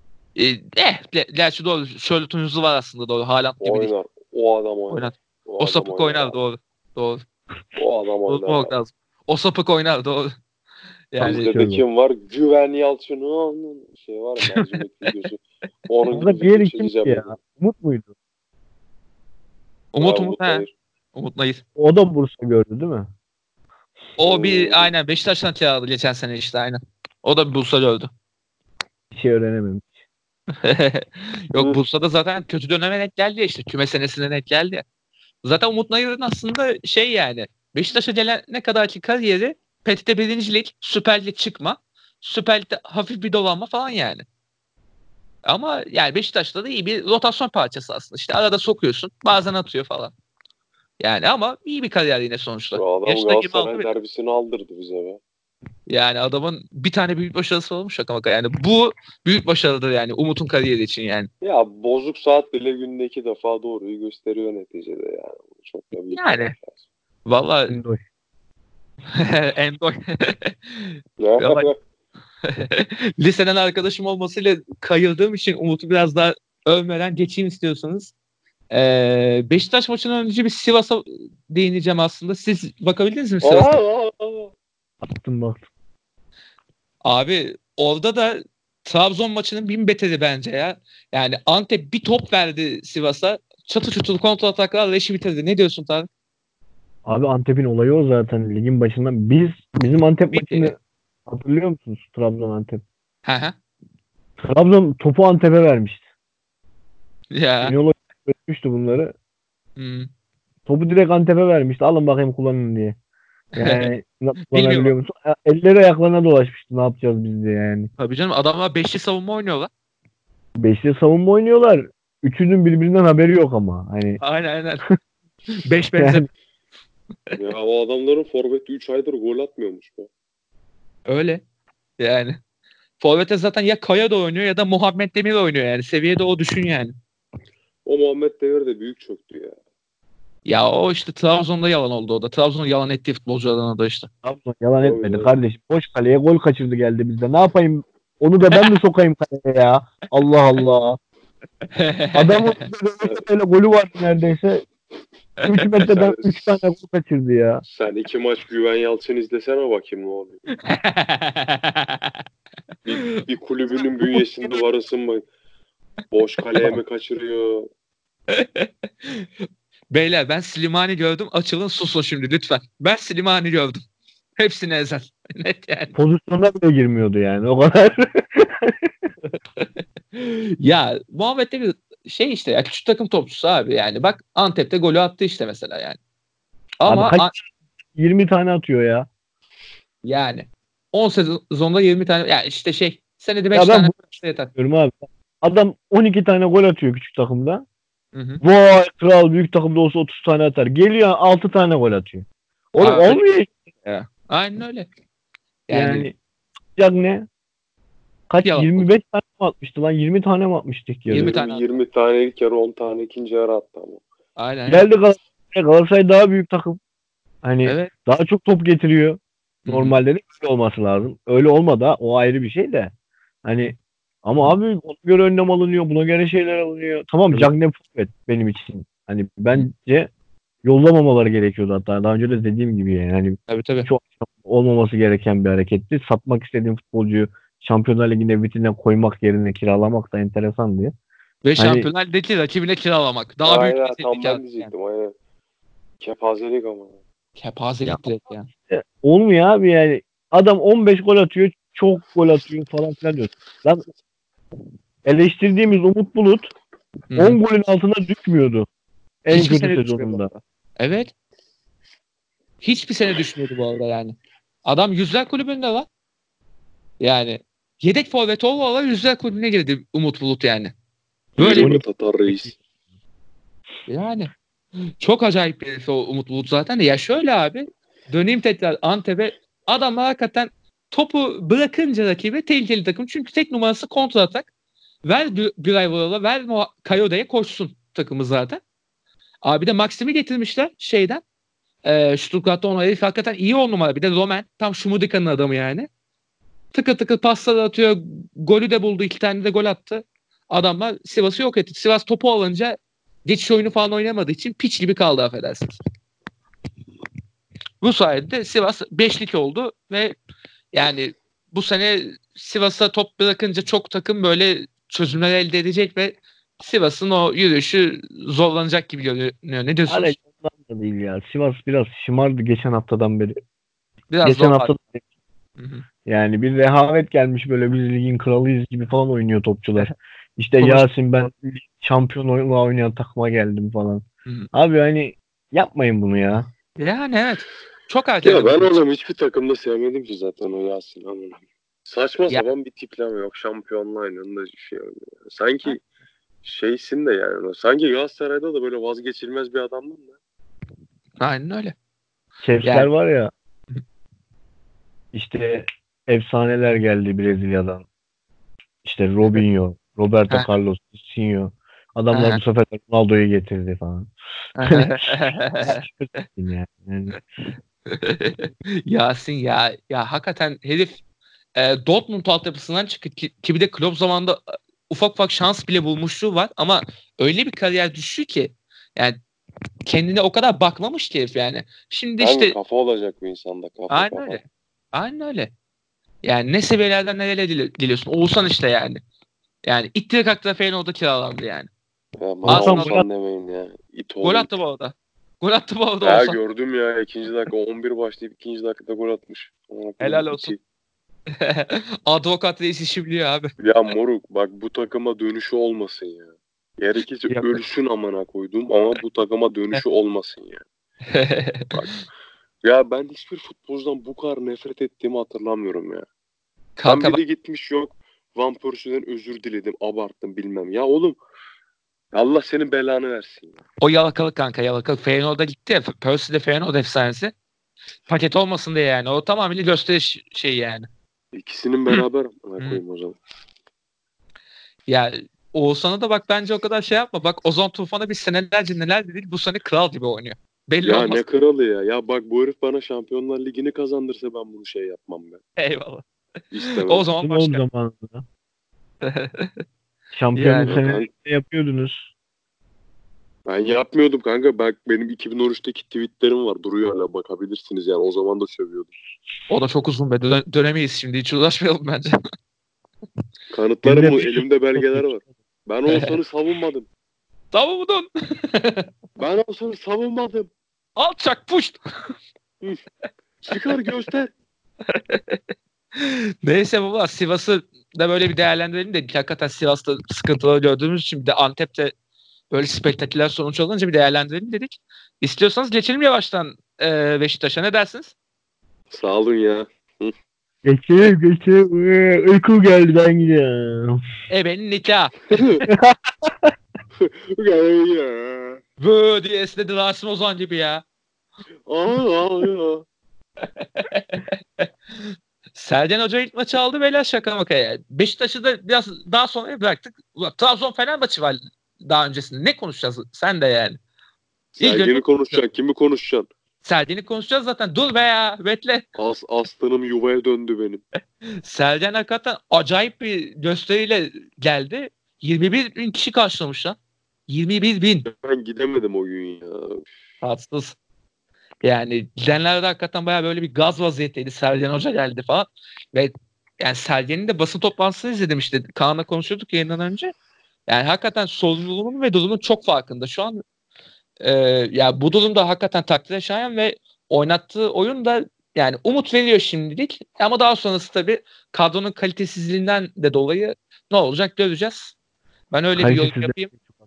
Gerçi doğru. Charlotte'un yüzü var aslında doğru. Haaland gibi değil. Oynar. O adam oynar. Oynar. O O adam sapık oynar abi. doğru. Doğru. O adam oynar. Unutmamak Abi. lazım. O sapık oynar doğru. Yani Bizde de kim var? Güven Yalçın'ın şey var ya, mercimek videosu. Onun Kanka gibi diğeri video kimdi çekeceğim. ya? Umut muydu? Umut Umut he. Nayır. Umut Nayır. O da Bursa gördü değil mi? O bir aynen Beşiktaş'tan kiralı geçen sene işte aynen. O da bir Bursa'da öldü. Bir şey öğrenemem. Yok Bursa'da zaten kötü döneme net geldi ya işte. Küme senesine net geldi ya. Zaten Umut Nayır'ın aslında şey yani Beşiktaş'a gelen ne kadarki kariyeri PTT 1. Lig, Süper Lig çıkma. Süper Lig'de hafif bir dolanma falan yani. Ama yani Beşiktaş'ta da iyi bir rotasyon parçası aslında. İşte arada sokuyorsun. Bazen atıyor falan. Yani ama iyi bir kariyer yine sonuçta. Şu adam Yaşta 26 Galatasaray derbisini aldırdı bize be. Yani adamın bir tane büyük başarısı olmuş şaka maka. Yani bu büyük başarıdır yani Umut'un kariyeri için yani. Ya bozuk saat bile günde 2 defa doğruyu gösteriyor neticede yani. Çok da büyük. Yani. Vallahi Endoy. Endoy. Ya. Vallahi liseden arkadaşım olmasıyla kayırdığım için Umut'u biraz daha övmeden geçeyim istiyorsanız. Beşiktaş maçından önce bir Sivas'a değineceğim aslında. Siz bakabildiniz mi Sivas'a? Attım bak. Abi orada da Trabzon maçının bin beteri bence ya. Yani Antep bir top verdi Sivas'a. Çatı çutur kontra ataklarla işi bitirdi. Ne diyorsun Tarık? Abi Antep'in olayı o zaten ligin başından. Bizim Antep maçını hatırlıyor musunuz? Trabzon Antep. Hı hı. Trabzon topu Antep'e vermişti. Ya. Ünal Hoca öğretmişti bunları. Hmm. Topu direkt Antep'e vermişti. Alın bakayım kullanın diye. Yani nasıl kullanabiliyor Bilmiyorum. musun? Elleri ayaklarına dolaşmıştı. Ne yapacağız biz diye yani. Tabii canım adamlar beşli savunma oynuyorlar. Beşli savunma oynuyorlar. Üçünün birbirinden haberi yok ama. Hani Aynen. Beş benzer. yani, Ya o adamların forveti 3 aydır gol atmıyormuş be. Öyle. Yani. Forvet'e zaten ya Kaya da oynuyor ya da Muhammed Demir oynuyor yani. Seviyede o düşün yani. O Muhammed Demir de büyük çöktü ya. Ya o işte Trabzon'da yalan oldu o da. Trabzon'un yalan ettiği futbolculardan o da işte. Trabzon yalan Tabii etmedi canım. kardeşim. Boş kaleye gol kaçırdı geldi bizde. Ne yapayım? Onu da ben mi sokayım kaleye ya? Allah Allah. Adamın böyle golü vardı neredeyse. 3 metreden 3 tane gol kaçırdı ya. Sen 2 maç Güven Yalçın izlesene bakayım ne oluyor. Bir kulübünün bünyesinde varasın mı? Boş kaleye mi kaçırıyor? Beyler ben Slimani gördüm. Açılın susun şimdi lütfen. Ben Slimani gördüm. Hepsini ezen. Net yani. Pozisyona bile girmiyordu yani o kadar. Ya Muhammed de bir şey işte ya küçük takım topçusu abi yani. Bak Antep'te golü attı işte mesela yani. Ama Abi 20 tane atıyor ya. yani 10 sezonda 20 tane ya işte şey senede 5 Ya ben tane bunu yeter. diyorum abi. Adam 12 tane gol atıyor küçük takımda. Hı. Vay kral büyük takımda olsa 30 tane atar. Geliyor 6 tane gol atıyor. Oğlum Abi, olmuyor işte. ya. Aynen öyle. Yani yapacak ne? Kaç? Yalan. 25 tane mi atmıştı lan? 20 tane mi atmıştık ya? 20 20 tane 20 tane ilk yarı 10 tane ikinci yarı attı ama. Aynen. Geldi Galatasaray. Galatasaray daha büyük takım. Hani Evet. daha çok top getiriyor. Hı-hı. Normalde de öyle olması lazım. Öyle olmadı ha, o ayrı bir şey de. Hani ama abi ona göre önlem alınıyor. Buna göre şeyler alınıyor. Tamam Evet. Cagney forvet benim için. Hani bence yollamamaları gerekiyordu hatta. Daha önce de dediğim gibi yani. Hani Tabii. çok olmaması gereken bir hareketti. Satmak istediğim futbolcuyu Şampiyonlar Ligi'ne vitrine koymak yerine kiralamak da enteresan diye. Ve Hani- Şampiyonlar Ligi rakibine kiralamak. Daha büyük Aynen bir tam tehlike ben yani. diyecektim aynen. Kepazelik ama. Kepazelik direkt yani. Olmuyor abi yani. Adam 15 gol atıyor. Çok gol atıyor falan filan diyor. Lan eleştirdiğimiz Umut Bulut Hı-hı. 10 golün altına düşmüyordu. En Hiçbir kötü sene düşmüyor bu sezonunda. arada. Evet. Hiçbir sene düşmüyordu bu arada yani. Adam Yüzler Kulübü'nde var. Yani yedek forvet ola Yüzler Kulübü'ne girdi Umut Bulut yani. Böyle Yürü bir be Tatar Reis. yani. Çok acayip bir herif o Umut Bulut zaten de. Ya şöyle abi döneyim tekrar Antep'e. Adamlar hakikaten topu bırakınca rakibe tehlikeli takım. Çünkü tek numarası kontra atak. Ver Güray Voral'a ver Kayoda'ya koşsun takımı zaten. Abi de Maxim'i getirmişler şeyden. Stuttgart'ta ona herif hakikaten iyi 10 numara. Bir de Roman tam Şumudika'nın adamı yani. Tıkır tıkır paslar atıyor. Golü de buldu. 2 tane de gol attı. Adamlar Sivas'ı yok etti. Sivas topu alınca geçiş oyunu falan oynamadığı için piç gibi kaldı affedersiniz. Bu sayede Sivas 5'lik oldu ve yani bu sene Sivas'a top bırakınca çok takım böyle çözümler elde edecek ve Sivas'ın o yürüyüşü zorlanacak gibi görünüyor. Ne diyorsunuz? Alex ondan da değil ya. Sivas biraz şımardı geçen haftadan beri. Biraz Geçen zor. hafta yani bir rehavet gelmiş, böyle biz ligin kralıyız gibi falan oynuyor topçular. İşte Yasin ben şampiyonluğa oynayan takıma geldim falan. Abi hani yapmayın bunu ya. Yani evet. Çok erken. Ya ben oğlum hiçbir takımda sevmedim ki zaten o Yasin. Anladım. Saçma Ya. sapan bir tipleme yok. Şampiyonluğa oynayan şey oynuyor. Sanki şeysin de yani. Sanki Galatasaray'da da böyle vazgeçilmez bir adamdın da. Aynen öyle. Şefler Yani. var ya. İşte efsaneler geldi Brezilya'dan. İşte Robinho, Roberto Carlos, Sinho. Adamlar bu sefer Ronaldo'yu getirdi falan. yani. Yasin ya hakikaten herif Dortmund altyapısından çıkıp ki bir de Klopp zamanında ufak şans bile bulmuşluğu var ama öyle bir kariyer düştü ki yani kendine o kadar bakmamış ki herif yani. Şimdi işte kafa olacak bir insanda kafa. Aynen öyle. Aynen öyle. Yani ne seviyelerden nereye diliyorsun? Oğuzhan işte yani. Yani ittirik hakta Feyenoord'a kiralandı yani. Ya Oğuzhan demeyin ya. Gol attı bu arada. Gol attı bu arada Oğuzhan. Oğuzhan. Gördüm ya. 2. dakika 11 başlayıp 2. dakikada gol atmış. Helal olsun. Advokat reis işi biliyor abi. Ya moruk bak bu takıma dönüşü olmasın ya. Gerekirse ölsün amına koydum ama bu takıma dönüşü olmasın ya. Bak. Ya ben hiçbir futbolcudan bu kadar nefret ettiğimi hatırlamıyorum ya. Kanka bir de gitmiş yok. Van Persie'den özür diledim. Abarttım bilmem. Ya oğlum Allah senin belanı versin ya. O yalakalık kanka yalakalık. Feyenoord'a gitti ya. Percy de Feyenoord efsanesi. Paket olmasın diye yani. O tamamıyla gösteriş şeyi yani. İkisinin beraber koyayım o zaman. Ya Oğuzhan'a da bak bence o kadar şey yapma. Bak Ozan Tufan'a bir senelerce neler dedik. Bu sene kral gibi oynuyor. Belli ya olmaz. Ne kralı ya. Ya bak bu herif bana Şampiyonlar Ligi'ni kazandırsa ben bunu şey yapmam ben. Eyvallah. İstemem. O zaman başka. Zamanında. Şampiyonluk senelerinde yapıyordunuz. Ben yapmıyordum kanka. Bak benim 2013'teki tweetlerim var. Duruyor hala bakabilirsiniz yani. O zaman da sövüyordum. O da çok uzun be. Dönemeyiz şimdi. Hiç uğraşmayalım bence. Kanıtlarım bu. Elimde belgeler var. Ben Oğuzhan'ı savunmadım. Savundun. Ben Oğuzhan'ı savunmadım. Alçak puşt. Çıkar göster. Neyse baba Sivas'ı da böyle bir değerlendirelim de hakikaten Sivas'ta sıkıntıları gördüğümüz için bir de Antep'te böyle spektaküler sonuç alınca bir değerlendirelim dedik. İstiyorsanız geçelim yavaştan Beşiktaş'a, ne dersiniz? Sağ olun ya. Geçelim. Uyku geldi, ben gidiyorum. Benim nikah. Vööö diye esnedi Rasim Ozan gibi ya. Sergen Hoca ilk maçı aldı beyler, şaka maka ya. Beşiktaş'ı da biraz daha sonra bıraktık. Trabzon Fenerbahçe var daha öncesinde. Ne konuşacağız sen de yani? Sergen'i konuşacaksın. Kimi konuşacaksın? Sergen'i konuşacağız zaten. Dur be ya. Bekle. Aslanım yuvaya döndü benim. Sergen hakikaten acayip bir gösteriyle geldi. 21 bin kişi karşılamış lan. 21 bin. Ben gidemedim o gün ya. Tatsız. Yani gidenlerde hakikaten bayağı böyle bir gaz vaziyetteydi. Sergen Hoca geldi falan. Ve yani Sergen'in de basın toplantısını izledim işte. Kaan'la konuşuyorduk yayından önce. Yani hakikaten sorumluluğunun ve durumun çok farkında. Şu an ya bu durumda hakikaten takdire şayan ve oynattığı oyun da yani umut veriyor şimdilik. Ama daha sonrası tabii kadronun kalitesizliğinden de dolayı ne olacak göreceğiz. Ben öyle bir yorum yapayım.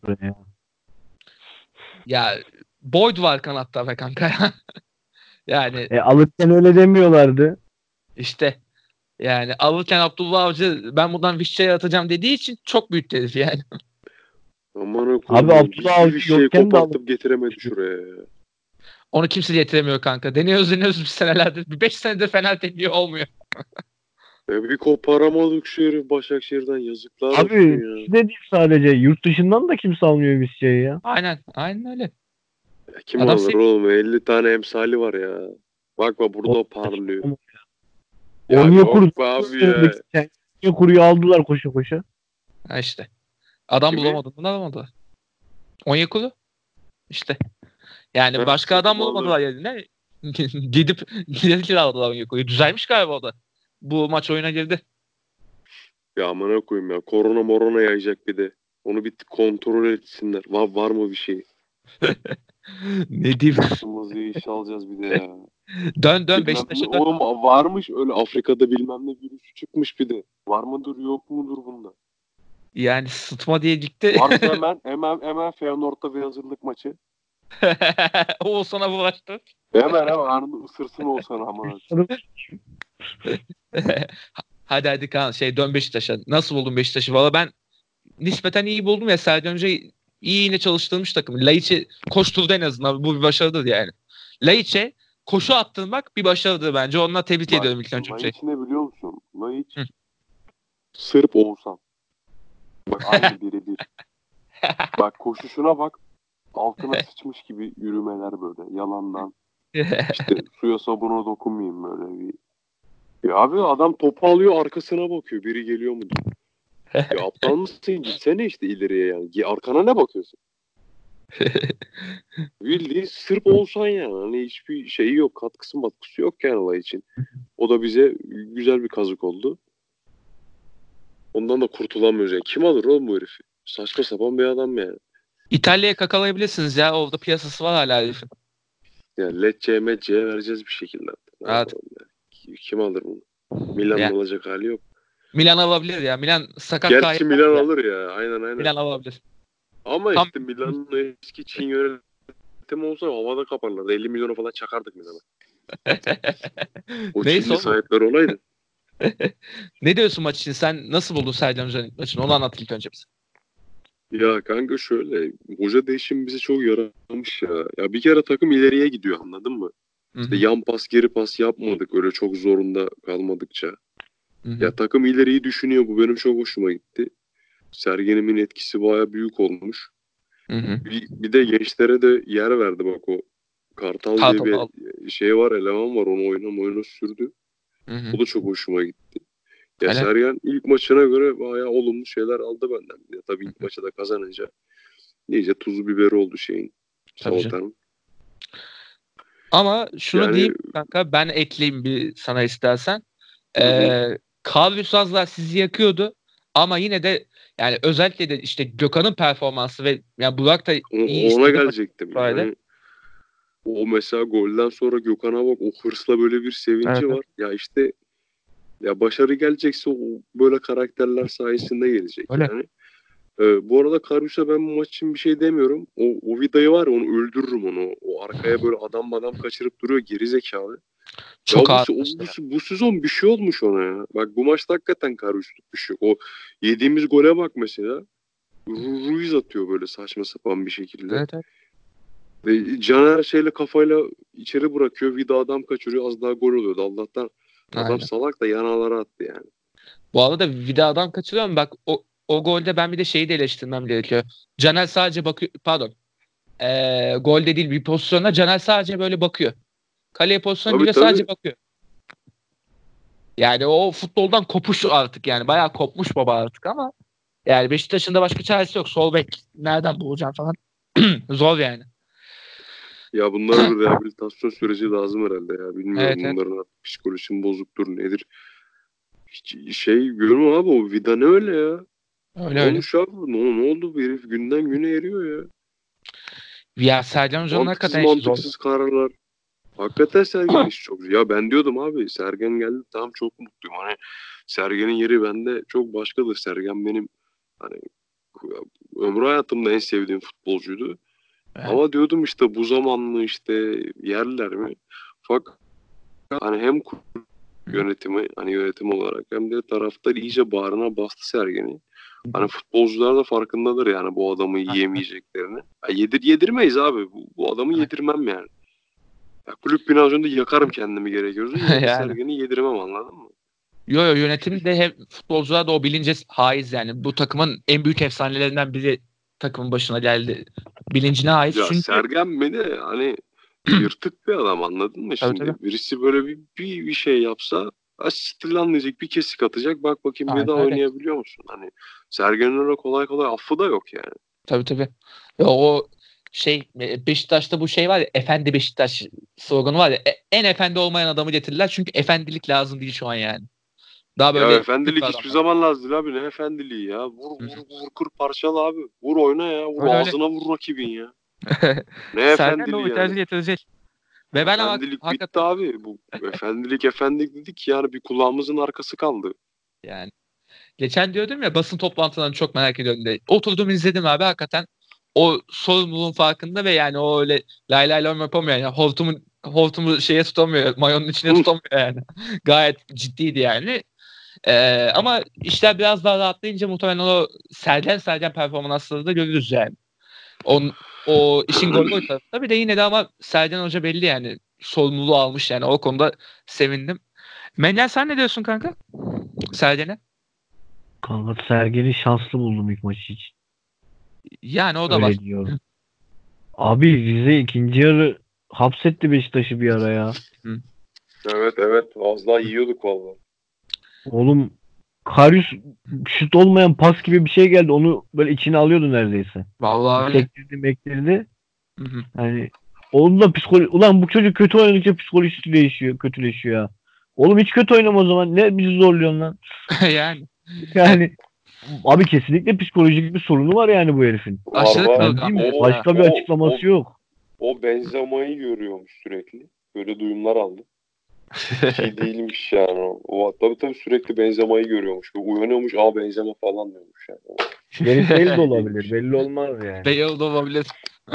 Ya Boyd var kanatta be kanka. Yani alırken öyle demiyorlardı. İşte yani alırken Abdullah Avcı ben buradan Vişça'ya atacağım dediği için çok büyük herif yani. Aman abi Abdullah Avcı yokken de alıp getiremedi şuraya. Onu kimse getiremiyor kanka. Deniyoruz bir senelerdir. Bir 5 senedir Fener deniyor, olmuyor. Bir koparamadık şu herif Başakşehir'den, yazıklar olsun ya. Abi ne değil sadece yurt dışından da kimse almıyor Vişça'yı ya. Aynen öyle. Kim Adam alır oğlum? 50 tane emsali var ya. Bak burada parlıyor. Ya Onyekuru yok be abi ya. Onyekuru'yu aldılar koşa koşa. Ha işte. Adam Kimi? bulamadı. Bunu alamadılar. Onyekuru. İşte. Yani Heh, başka adam satıp bulamadılar yerine. Gidip kiraladılar Onyekuru'yu. Düzelmiş galiba o da. Bu maç oyuna girdi. Ya amına koyayım ya. Korona morona yayacak bir de. Onu bir kontrol etsinler. Var mı bir şey? Ne diyeyim? Kırmızı iş alacağız bir de ya. Dön Bilmem Beşiktaş'a ne. dön. Oğlum varmış öyle Afrika'da bilmem ne virüsü çıkmış bir de. Var mıdır yok mudur bunda? Yani sıtma diye gitti. Varsa hemen Feyenoord'da bir hazırlık maçı. O sana bulaştı. Hemen anında ısırsın olsan ama. Hadi Kaan dön Beşiktaş'a. Nasıl buldun Beşiktaş'ı? Valla ben nispeten iyi buldum ya. Sadece önce iyi yine çalıştırmış takım. Laiç'i koşturdu en azından. Bu bir başarıdır yani. Laiç'e koşu attırmak bir başarıdır bence. Onunla tebrik ediyorum ilk önce. Laiç ne biliyor musun? Laiç Hı. Sırp Oğuzhan. Bak aynı birebir. Bak koşuşuna bak. Altına sıçmış gibi yürümeler böyle yalandan. İşte suya sabuna dokunmayayım böyle bir. Ya abi adam topu alıyor arkasına bakıyor. Biri geliyor mu diyor. Ya aptal mısın? Gitsene işte ileriye yani. Arkana ne bakıyorsun? Bildiğin Sırp olsan yani. Hani hiçbir şeyi yok. Katkısı matkısı yok yani olay için. O da bize güzel bir kazık oldu. Ondan da kurtulamıyoruz yani. Kim alır oğlum bu herifi? Saçma sapan bir adam yani. İtalya'ya kakalayabilirsiniz ya. Orada piyasası var hala herifin. Yani Lecce'ye Mecce'ye vereceğiz bir şekilde. Evet. Yani. Kim alır bunu? Milan'ın Yani, alacak hali yok. Milan alabilir ya. Milan sakat Gerçi Milan alır ya. Aynen. Milan alabilir. Ama Tam... işte Milan'ın eski Çin yönetimi olsa havada kaparlardı. 50 milyona falan çakardık Milan'a. O Neyse Çinli sahipleri olaydı. Ne diyorsun maç için? Sen nasıl buldun Sergen Hoca'nın maçını? Onu anlat ilk önce bize. Ya kanka şöyle. Hoca değişimi bize çok yaramış ya. Ya bir kere takım ileriye gidiyor anladın mı? İşte yan pas geri pas yapmadık öyle çok zorunda kalmadıkça. Hı-hı. Ya takım ileriyi düşünüyor. Bu benim çok hoşuma gitti. Sergen'imin etkisi baya büyük olmuş. Bir de gençlere de yer verdi bak o. Kartal diye bir şey var, eleman var. Onu oyuna sürdü. Hı-hı. O da çok hoşuma gitti. Ya Hele. Sergen ilk maçına göre bayağı olumlu şeyler aldı benden. Ya tabii ilk maçı da kazanınca iyice tuzu biberi oldu şeyin. Saltan'ın. Ama şunu diyeyim kanka, ben ekleyeyim bir sana istersen. Kavrius az daha sizi yakıyordu ama yine de yani özellikle de işte Gökhan'ın performansı ve yani Burak da iyi ona gelecektim. Yani, o mesela golden sonra Gökhan'a bak o hırsla böyle bir sevinci var. Ya işte ya başarı gelecekse o böyle karakterler sayesinde gelecek. Öyle. Yani. Bu arada Karius'a ben bu maç için bir şey demiyorum. O Vida'yı var ya onu öldürürüm onu. O arkaya böyle adam kaçırıp duruyor geri zekalı. Çok ya ağır. bu sezon bir şey olmuş ona ya. Bak bu maçta hakikaten Karius'luk bir şey. O yediğimiz gole bak mesela. Ruiz atıyor böyle saçma sapan bir şekilde. Evet. Ve Caner kafayla içeri bırakıyor. Vida adam kaçırıyor. Az daha gol oluyordu. Allah'tan adam salak da yanağlara attı yani. Bu arada Vida adam kaçırıyor mu? Bak o golde ben bir de şeyi de eleştirmem gerekiyor. Caner sadece bakıyor. Pardon. Golde değil bir pozisyonda Caner sadece böyle bakıyor. Kaleye pozisyon giriyor sadece bakıyor. Yani o futboldan kopuş artık yani. Bayağı kopmuş baba artık ama yani Beşiktaş'ın da başka çaresi yok. Sol bek nereden bulacağım falan. Zor yani. Ya bunlara bir rehabilitasyon süreci lazım herhalde ya. Bilmiyorum bunların psikolojisi bozuktur nedir. Hiç görmüyor abi o Vida ne öyle ya. Öyle. Olmuş abi ne oldu bu herif günden güne eriyor ya. Ya Sergen Hoca'nın hakikaten mantıksız kararlar. Hakikaten Sergen işi çok. Ya ben diyordum abi Sergen geldi tamam çok mutluyum. Hani Sergen'in yeri bende çok başkadır. Sergen benim hani ömrü hayatımda en sevdiğim futbolcuydu. Evet. Ama diyordum işte bu zaman mı işte yerler mi? Fakat hani hem yönetimi hani yönetim olarak hem de taraftar iyice bağrına bastı Sergen'i. Hani futbolcular da farkındadır yani bu adamı yiyemeyeceklerini. Ya yedirmeyiz abi. Bu adamı yedirmem yani. Ya kulüp binasyonunda yakarım kendimi gerekiyorsa. Yani. Sergen'i yedirmem anladın mı? Yo yönetim de hem futbolcular da o bilince haiz yani. Bu takımın en büyük efsanelerinden biri takımın başına geldi bilincine ait. Ya Çünkü Sergen beni hani yırtık bir adam, anladın mı? Tabii, Şimdi tabii. birisi böyle bir şey yapsa siktir lan diyecek, bir kesik atacak, bak bakayım bir Aynen daha öyle. oynayabiliyor musun? Hani Sergen'in öyle kolay kolay affı da yok yani. Tabii. Ya o Beşiktaş'ta bu şey var ya, efendi Beşiktaş sloganı var ya, en efendi olmayan adamı getirdiler çünkü efendilik lazım değil şu an yani. Daha Ya böyle efendilik bir hiçbir adam. zaman lazım değil abi, ne efendiliği ya. Vur kır parçala abi. Vur oyna ya. Vur Öyle. ağzına vur rakibin ya. Ne Sergen de o efendiliği tercih yani. getirecek. Ve ben ama Efendilik bitti hakikaten abi. Bu efendilik dedik yani, bir kulağımızın arkası kaldı. yani geçen diyordum ya, basın toplantılarını çok merak ediyorum diye. Oturdum izledim abi, hakikaten o sorumluluğun farkında ve yani o öyle lay lay lom yapamıyor yani. Hortumu şeye tutamıyor. Mayonun içine tutamıyor yani. Gayet ciddiydi yani. Ama işler biraz daha rahatlayınca muhtemelen o Sergen performansları da görürüz yani. O işin gol tarafında. Bir de yine de ama Sergen Hoca belli yani. Sorumluluğu almış yani. O konuda sevindim. Menel, sen ne diyorsun kanka? Sergen'e? Kanka Sergen'i şanslı buldum ilk maç için. Yani o da Öyle var. diyorum. Abi Rize ikinci yarı hapsetti Beşiktaş'ı bir ara ya. Evet. Az daha yiyorduk vallahi. Oğlum Karius şut olmayan pas gibi bir şey geldi. Onu böyle içine alıyordu neredeyse. Vallahi öyle. Sektirdi. Hı hı. Yani oğlum da ulan bu çocuk kötü oynadıkça psikolojisi değişiyor, kötüleşiyor ya. Oğlum hiç kötü oynama o zaman. Ne bizi zorluyorsun lan? Yani. Yani abi kesinlikle psikolojik bir sorunu var yani bu herifin. Aşırı Var. kırılgan. Değil mi? Evet Başka bir açıklaması yok. O Benzema'yı görüyormuş sürekli. Böyle duyumlar aldım. Şey değilmiş yani o. O tabii sürekli Benzema'yı görüyormuş. Böyle uyanıyormuş, Benzema falan diyormuş yani. Gareth Bale de olabilir. Belli olmaz yani. Bale de olabilir.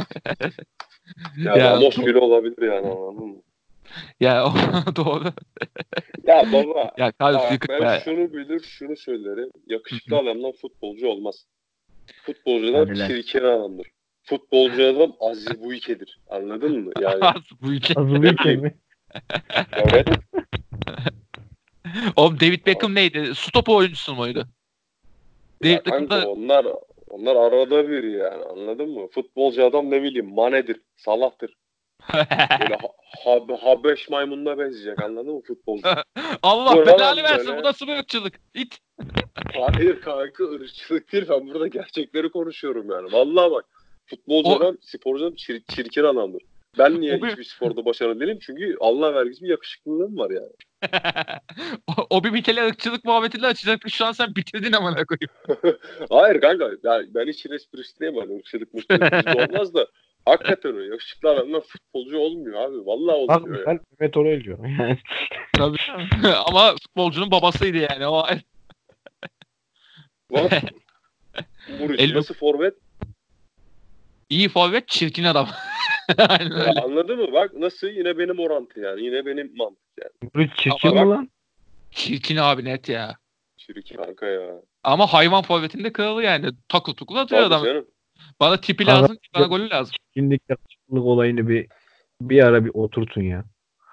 Ya Ya, Ramos bile olabilir yani, anladın mı? ya doğru. Ya baba, Ya Karius bak yıkık ben be. şunu bilir, şunu söylerim. Yakışıklı adamdan futbolcu olmaz. Futbolcu adam Hadi lan. çirkin adamdır. Futbolcu adam Aziz Buyike'dir. Anladın mı? Yani Bu ülke. Azılı mi? evet. Oğlum David Beckham neydi? Stop oyuncusu muydu? Ya David kanka Beckham'da onlar arada bir yani, anladın mı? Futbolcu adam ne bileyim Mane'dir, Salah'tır. Böyle Habeş maymununa benzeyecek, anladın mı futbolcu? Allah Dur belanı lan versin. böyle. Bu nasıl bir ırkçılık? İt. Hayır kanka, ırkçılık değil, ben burada gerçekleri konuşuyorum yani. Vallahi bak, futbolcu O- adam, sporcu adam çirkin adamdır. Ben niye O bir- hiçbir sporda başarılı değilim? Çünkü Allah vergisi bir yakışıklılığım var yani. o bir kere ırkçılık muhabbetiyle açacaktık. Şu an sen bitirdin amına koyayım. Hayır kanka, yani ben hiç esprisi değilim, hani ırkçılık bizde olmaz da hakikaten öyle. Yakışıklı adamdan futbolcu olmuyor abi. Vallahi Bak olmuyor ya. ben Mehmet Orel diyor. Yani Tabii. Ama futbolcunun babasıydı yani. O Bak, Muriç El- nasıl forvet? iyi forvet, çirkin adam. Aynen Ya öyle. anladın mı? Bak nasıl, yine benim orantı yani. Yine benim mantık yani. bu çirkin Ama mi bak- lan? Çirkin abi, net ya. Çirkin kanka ya. Ama hayvan forvetinde kralı yani. Takıl tukul atıyor Tabii adam. canım. Bana tipi Kanka- lazım, bana golü lazım. Çirkinlik yakışıklılık olayını bir ara bir oturtun ya.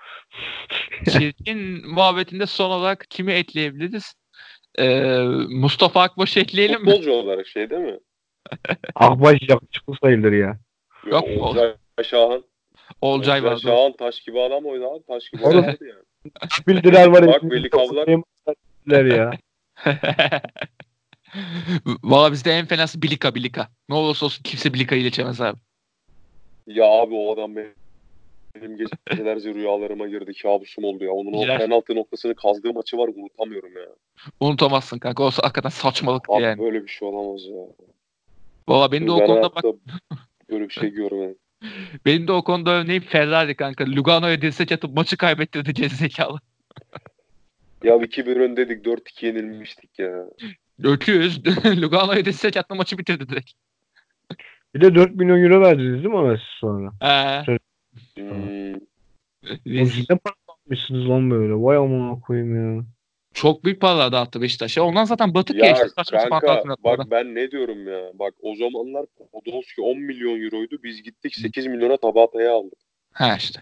Çirkin muhabbetinde son olarak kimi ekleyebiliriz? Mustafa Akbaş'ı ekleyelim mi? Futbolcu olarak şey değil mi? Akbaş yakışıklı sayılır ya. Yok, Olcay Şahan. Olcay vardı. Şahan taş gibi adam oynadı abi. Taş gibi Oğlum. oynadı yani. Bildiler var. Bak, hepimiz Veli Kavlak. Bildiler ya. Valla bizde en fenası Bilika. Ne olursa olsun kimse Bilika'yı geçemez abi. Ya abi o adam benim gecelerce rüyalarıma girdi. Kabusum oldu ya. Onun o Girer. penaltı noktasını kazdığı maçı var, unutamıyorum ya. Unutamazsın kanka. O hakikaten saçmalıktı Abi yani. böyle bir şey olamaz ya. Valla benim de o Ben konuda bak, hayatta böyle bir şey görmedim. benim de o konuda örneğim Ferrari kanka. Lugano'ya dirsek atıp maçı kaybettirdi gerizekalı. Ya 2-1 öndeydik, 4-2 yenilmiştik ya. Öküz. Lugano'ya dirsek attı, maçı bitirdi direkt. Bir de 4 milyon euro verdiniz değil mi ona siz sonra? Hmm. Rezil. Ne para almışsınız lan böyle? Vay amına koyayım ya. Çok büyük paralar dağıttı Beşiktaş'a. Ondan zaten batık Ya geçti. Saçma sapan kanka tazminatlardan. bak, ben ne diyorum ya. Bak o zamanlar Podolski 10 milyon euroydu. Biz gittik 8 milyona Tabata'ya aldık. Ha işte.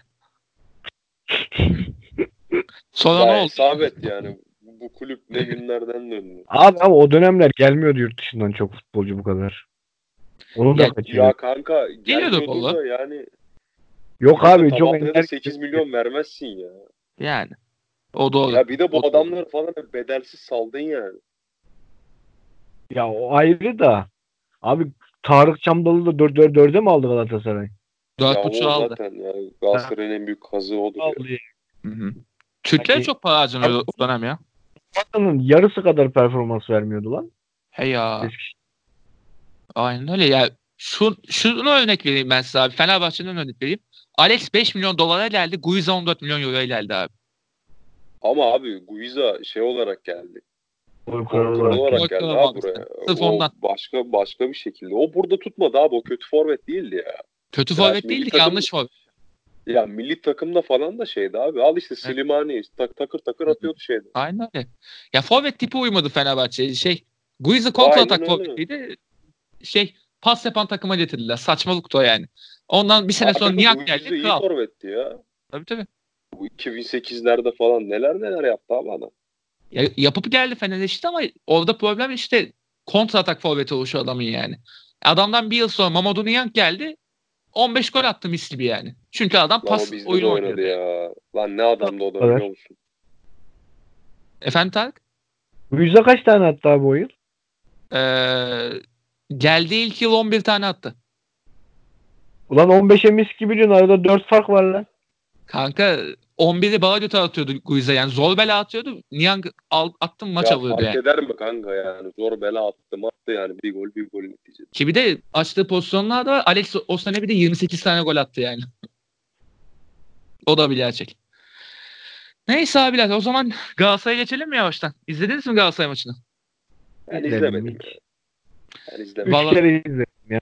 Sonra ne Ya oldu? hesap et yani. Bu kulüp ne günlerden döndü. Abi ama o dönemler gelmiyordu yurt dışından çok futbolcu bu kadar. Onu da Ya- kaçırıyor. Ya kanka Geliyordu gelmiyordur kolla. da yani. Yok abi çok Tabaklaya da ender. 8 milyon vermezsin ya. Yani. O doğru. Ya bir de bu O doğru. adamları falan bedelsiz saldın yani. Ya o ayrı da. Abi Tarık Çamdalı da 4'e mi aldı Galatasaray? Ya 4.5'u o aldı. zaten yani Galatasaray'ın en büyük kazığı odur ya. Aldı ya. Hı. Türkler Hani- çok para harcanıyor o dönem ya. Bakanın yarısı kadar performans vermiyordu lan. He ya. Eskişehir. Aynen öyle ya. Şunu örnek vereyim ben size abi. Fenerbahçe'den örnek vereyim. Alex 5 milyon dolara geldi. Guiza 14 milyon euroya geldi abi. Ama abi Guiza şey olarak geldi. Gol Kontrol kralı olarak. olarak Gol geldi kralı abi aldı buraya. Sırf O ondan. başka bir şekilde. O burada tutmadı abi. O kötü forvet değildi ya. Kötü Ya forvet şimdi değildi bir ki, takım- yanlış forvet. Ya milli takımda falan da şeydi abi. Al işte Slimani takır takır atıyordu şeyde. Aynen öyle. Ya forvet tipi uymadı Fenerbahçe'ye. Guiza kontra Aynen atak öyle. forvetiydi. Pas yapan takıma getirdiler. Saçmalıktı o yani. Ondan bir sene sonra Abi Nihat Guiza geldi. iyi Kral. forvetti ya. Tabii. Bu 2008'lerde falan neler yaptı abi adam. Ya, yapıp geldi Fener'e işte ama orada problem işte kontra atak forveti oluşu adamın yani. Adamdan bir yıl sonra Mamadou Niang geldi. 15 gol attı mis gibi yani. Çünkü adam Lan pas o bizde de oyunu oynadı oynuyordu. ya. Lan ne adamdı o da Evet. biliyor musun? Efendim Tarık? Yüzde kaç tane attı abi o yıl? Geldiği ilk yıl 11 tane attı. Ulan 15'e mis gibi diyorsun. Arada 4 fark var lan. Kanka 11'i Bağdat'a atıyordu Guiza yani. Zor bela atıyordu. Niang attım maç Ya alıyordu fark yani. eder mi kanka yani? Zor bela attı yani. Bir gol neticede. Ki bir de açtığı pozisyonlarda Alex o sene bir de 28 tane gol attı yani. O da bir gerçek. Neyse abiler, o zaman Galatasaray'a geçelim mi yavaştan? İzlediniz mi Galatasaray maçını? Ben İzledim izlemedim hiç. ya. Ben 3 izlemedim. Vallahi- kere izledim ya.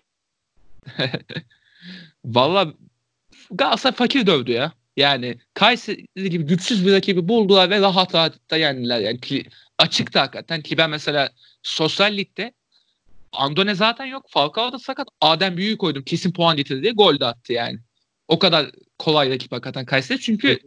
Valla Galatasaray fakir dövdü ya. Yani Kayseri gibi güçsüz bir rakibi buldular ve rahat da yendiler. Yani açıktı hakikaten ki ben mesela Sosyal Lig'de Andone zaten yok. Falcao da sakat. Adem Büyük'ü koydum. Kesin puan getirdi diye gol de attı yani. O kadar kolay rakip hakikaten Kayseri. Çünkü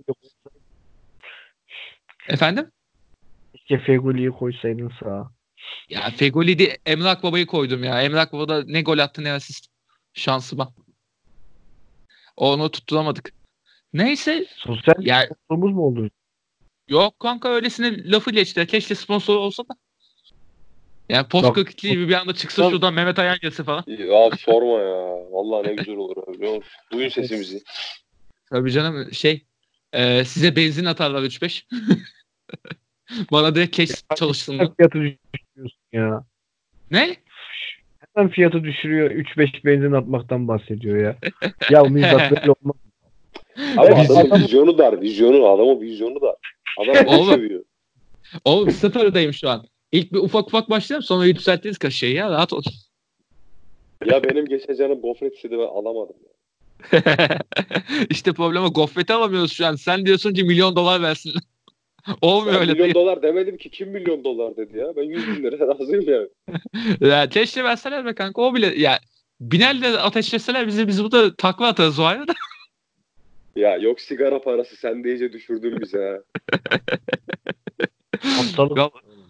efendim? Keşke Fegoli'yi koysaydın sağa. Ya Fegoli'de Emrah Baba'yı koydum ya. Emrah Baba da ne gol attı ne asist. Şansıma. Onu tutturamadık. Neyse. Sosyal Ya sorumuz mu oldu? yok kanka, öylesine lafı geçti. Keşke sponsor olsa da. Yani Post Bak- 42 gibi bir anda çıksa Bak- şuradan Mehmet Ayan gelse falan. Ya sorma ya. Vallahi ne güzel olur abi. Biliyor musun? Duyun sesimizi. Tabii canım size benzin atarlar 3-5. Bana direkt keş çalışsınlar. Hemen fiyatı düşürüyorsun ya. Ne? Hemen fiyatı düşürüyor. 3-5 benzin atmaktan bahsediyor ya. Ya Mizdat böyle olmaz. Abi Vizyon- adamın vizyonu dar. Adamın vizyonu dar. Adam bunu Oğlum. seviyor. Oğlum sıfırdayım şu an. İlk bir ufak başlayalım, sonra yükseltiriz kaşeyi ya, rahat ol. Ya benim geçen canım gofret istedi ben alamadım. İşte problema, gofreti alamıyoruz şu an. Sen diyorsun ki milyon dolar versin. Olmuyor Ben öyle milyon değil. dolar demedim ki, kim milyon dolar dedi ya. Ben 100 bin lira razıyım ya. Ya keşke verseler be kanka, o bile ya. Binlerle ateşleseler biz burada takla atarız o ayrı da. Ya yok sigara parası, sen de iyice düşürdün bizi ha. Hastalık.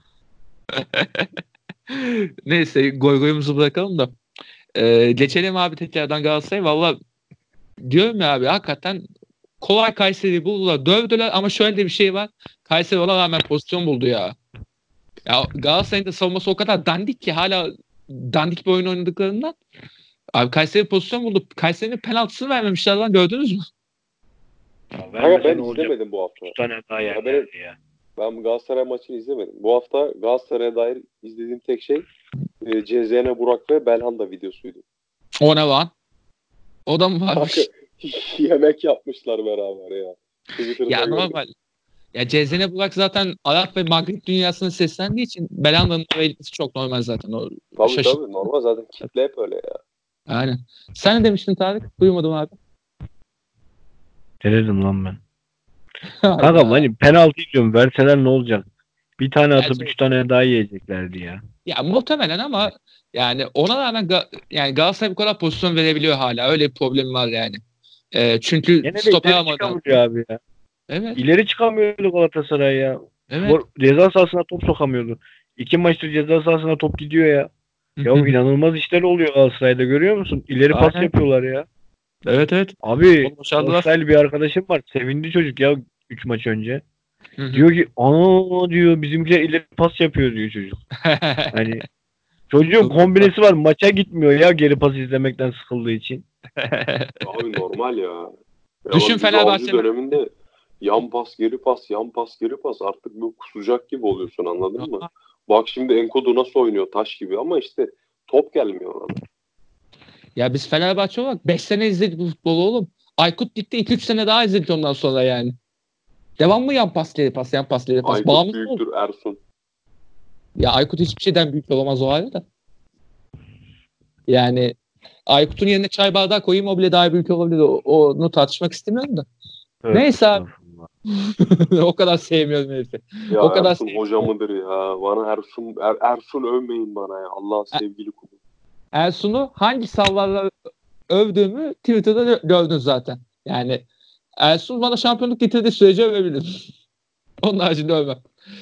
Neyse goygoyumuzu bırakalım da. Geçelim abi tekrardan Galatasaray. Valla diyorum ya abi, hakikaten kolay Kayseri'yi buldular. Dövdüler ama şöyle de bir şey var. Kayseri ona rağmen pozisyon buldu ya. Ya Galatasaray'ın da savunması o kadar dandik ki, hala dandik bir oyun oynadıklarından. Abi Kayseri pozisyon buldu. Kayseri'nin penaltısını vermemişler lan, gördünüz mü? Ama ben izlemedim bu hafta. 3 tane daha Ya yerlerdi ya. Ben Galatasaray maçını izlemedim. Bu hafta Galatasaray'a dair izlediğim tek şey CZN Burak ve Belhanda videosuydu. O ne lan? O da mı Kanka varmış? yemek yapmışlar beraber ya. Twitter'da Ya gördüm. normal. Ya Cezene Burak zaten Arap ve Maghrib dünyasına seslendiği için Belanda'nın oraya gitmesi çok normal zaten. O şaşırt. Tabii normal, zaten kitle hep öyle ya. Aynen. Sen ne demiştin Tarık? Duymadım abi. Ne dedim lan ben? Kanka hani penaltı diyorum. Verseler ne olacak? Bir tane atıp Gerçi- 3 tane daha yiyeceklerdi ya. Ya muhtemelen ama yani ona rağmen yani Galatasaray bu kadar pozisyon verebiliyor hala. Öyle bir problem var yani. Çünkü Gene de stoper ileri almadı. çıkamıyor abi ya. Evet. İleri çıkamıyordu Galatasaray ya. Evet. Ceza sahasına top sokamıyordu. 2 maçtır ceza sahasına top gidiyor ya. Ya inanılmaz işler oluyor Galatasaray'da, görüyor musun? İleri pas Aynen. yapıyorlar ya. Evet evet. Abi Onu başardılar. Galatasaraylı bir arkadaşım var. Sevindi çocuk ya 3 maç önce. Hı hı. Diyor ki ana diyor bizimkiler ileri pas yapıyor diyor çocuk. Hani çocuğun kombinesi var, maça gitmiyor ya geri pas izlemekten sıkıldığı için. Abi normal ya. Düşün Biz Fenerbahçe'nin- Avcı döneminde yan pas geri pas yan pas geri pas artık bu kusacak gibi oluyorsun, anladın mı? Bak şimdi Enkodu nasıl oynuyor, taş gibi, ama işte top gelmiyor ona. Ya biz Fenerbahçe olarak 5 sene izledik bu futbolu oğlum. Aykut gitti 2-3 sene daha izledik ondan sonra yani. Devam mı yan pas, ileri pas, yan pas, ileri pas. Aykut Bağımlı oldu. büyüktür Ersun. Ya Aykut hiçbir şeyden büyük olamaz o halde de. Yani Aykut'un yerine çay bardağı koyayım, o bile daha büyük olabilir. Onu tartışmak istemiyorum da. Evet, Neyse abi. estağfurullah. O kadar sevmiyorum herifi. Ya O kadar Ersun sevmiyorum. hoca mıdır ya? Bana Ersun övmeyin bana ya. Allah'ın sevgili kulu. Ersun'u hangi sallarla övdüğümü Twitter'da gördün zaten. Yani Ersun bana şampiyonluk getirdiği sürece övebilirim. Onun haricinde övmem.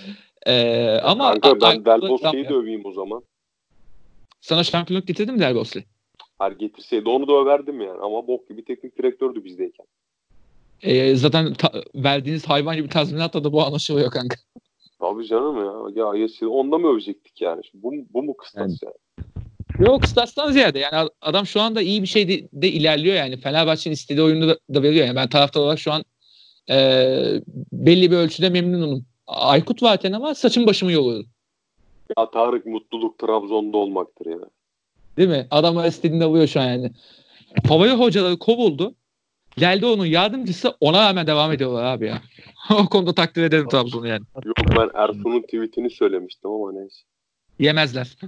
Ama Kanka ben Del Aykut'u Bosque'yi de öveyim o zaman. sana şampiyonluk getirdim Del Bosque. Her getirseydi onu da överdim yani. Ama bok gibi teknik direktördü bizdeyken. Zaten verdiğiniz hayvan gibi tazminatla da bu anlaşılıyor kanka. Tabii canım ya. Ya Yasin, onda mı övecektik yani? Şimdi bu mu kıstas yani? Yok kıstastan ziyade yani adam şu anda iyi bir şey de ilerliyor yani. Fenerbahçe'nin istediği oyunu da veriyor. Yani ben taraftar olarak şu an belli bir ölçüde memnunum. Aykut varken ama saçım başımı yoluyordu. Ya Tarık, mutluluk Trabzon'da olmaktır ya. Değil mi? Adamlar istediğini alıyor şu an yani. Favori hocaları kovuldu. Geldi onun yardımcısı, ona rağmen devam ediyorlar abi ya. O konuda takdir ederim Trabzon'u yani. Yok, ben Ersun'un tweetini söylemiştim ama neyse. Yemezler.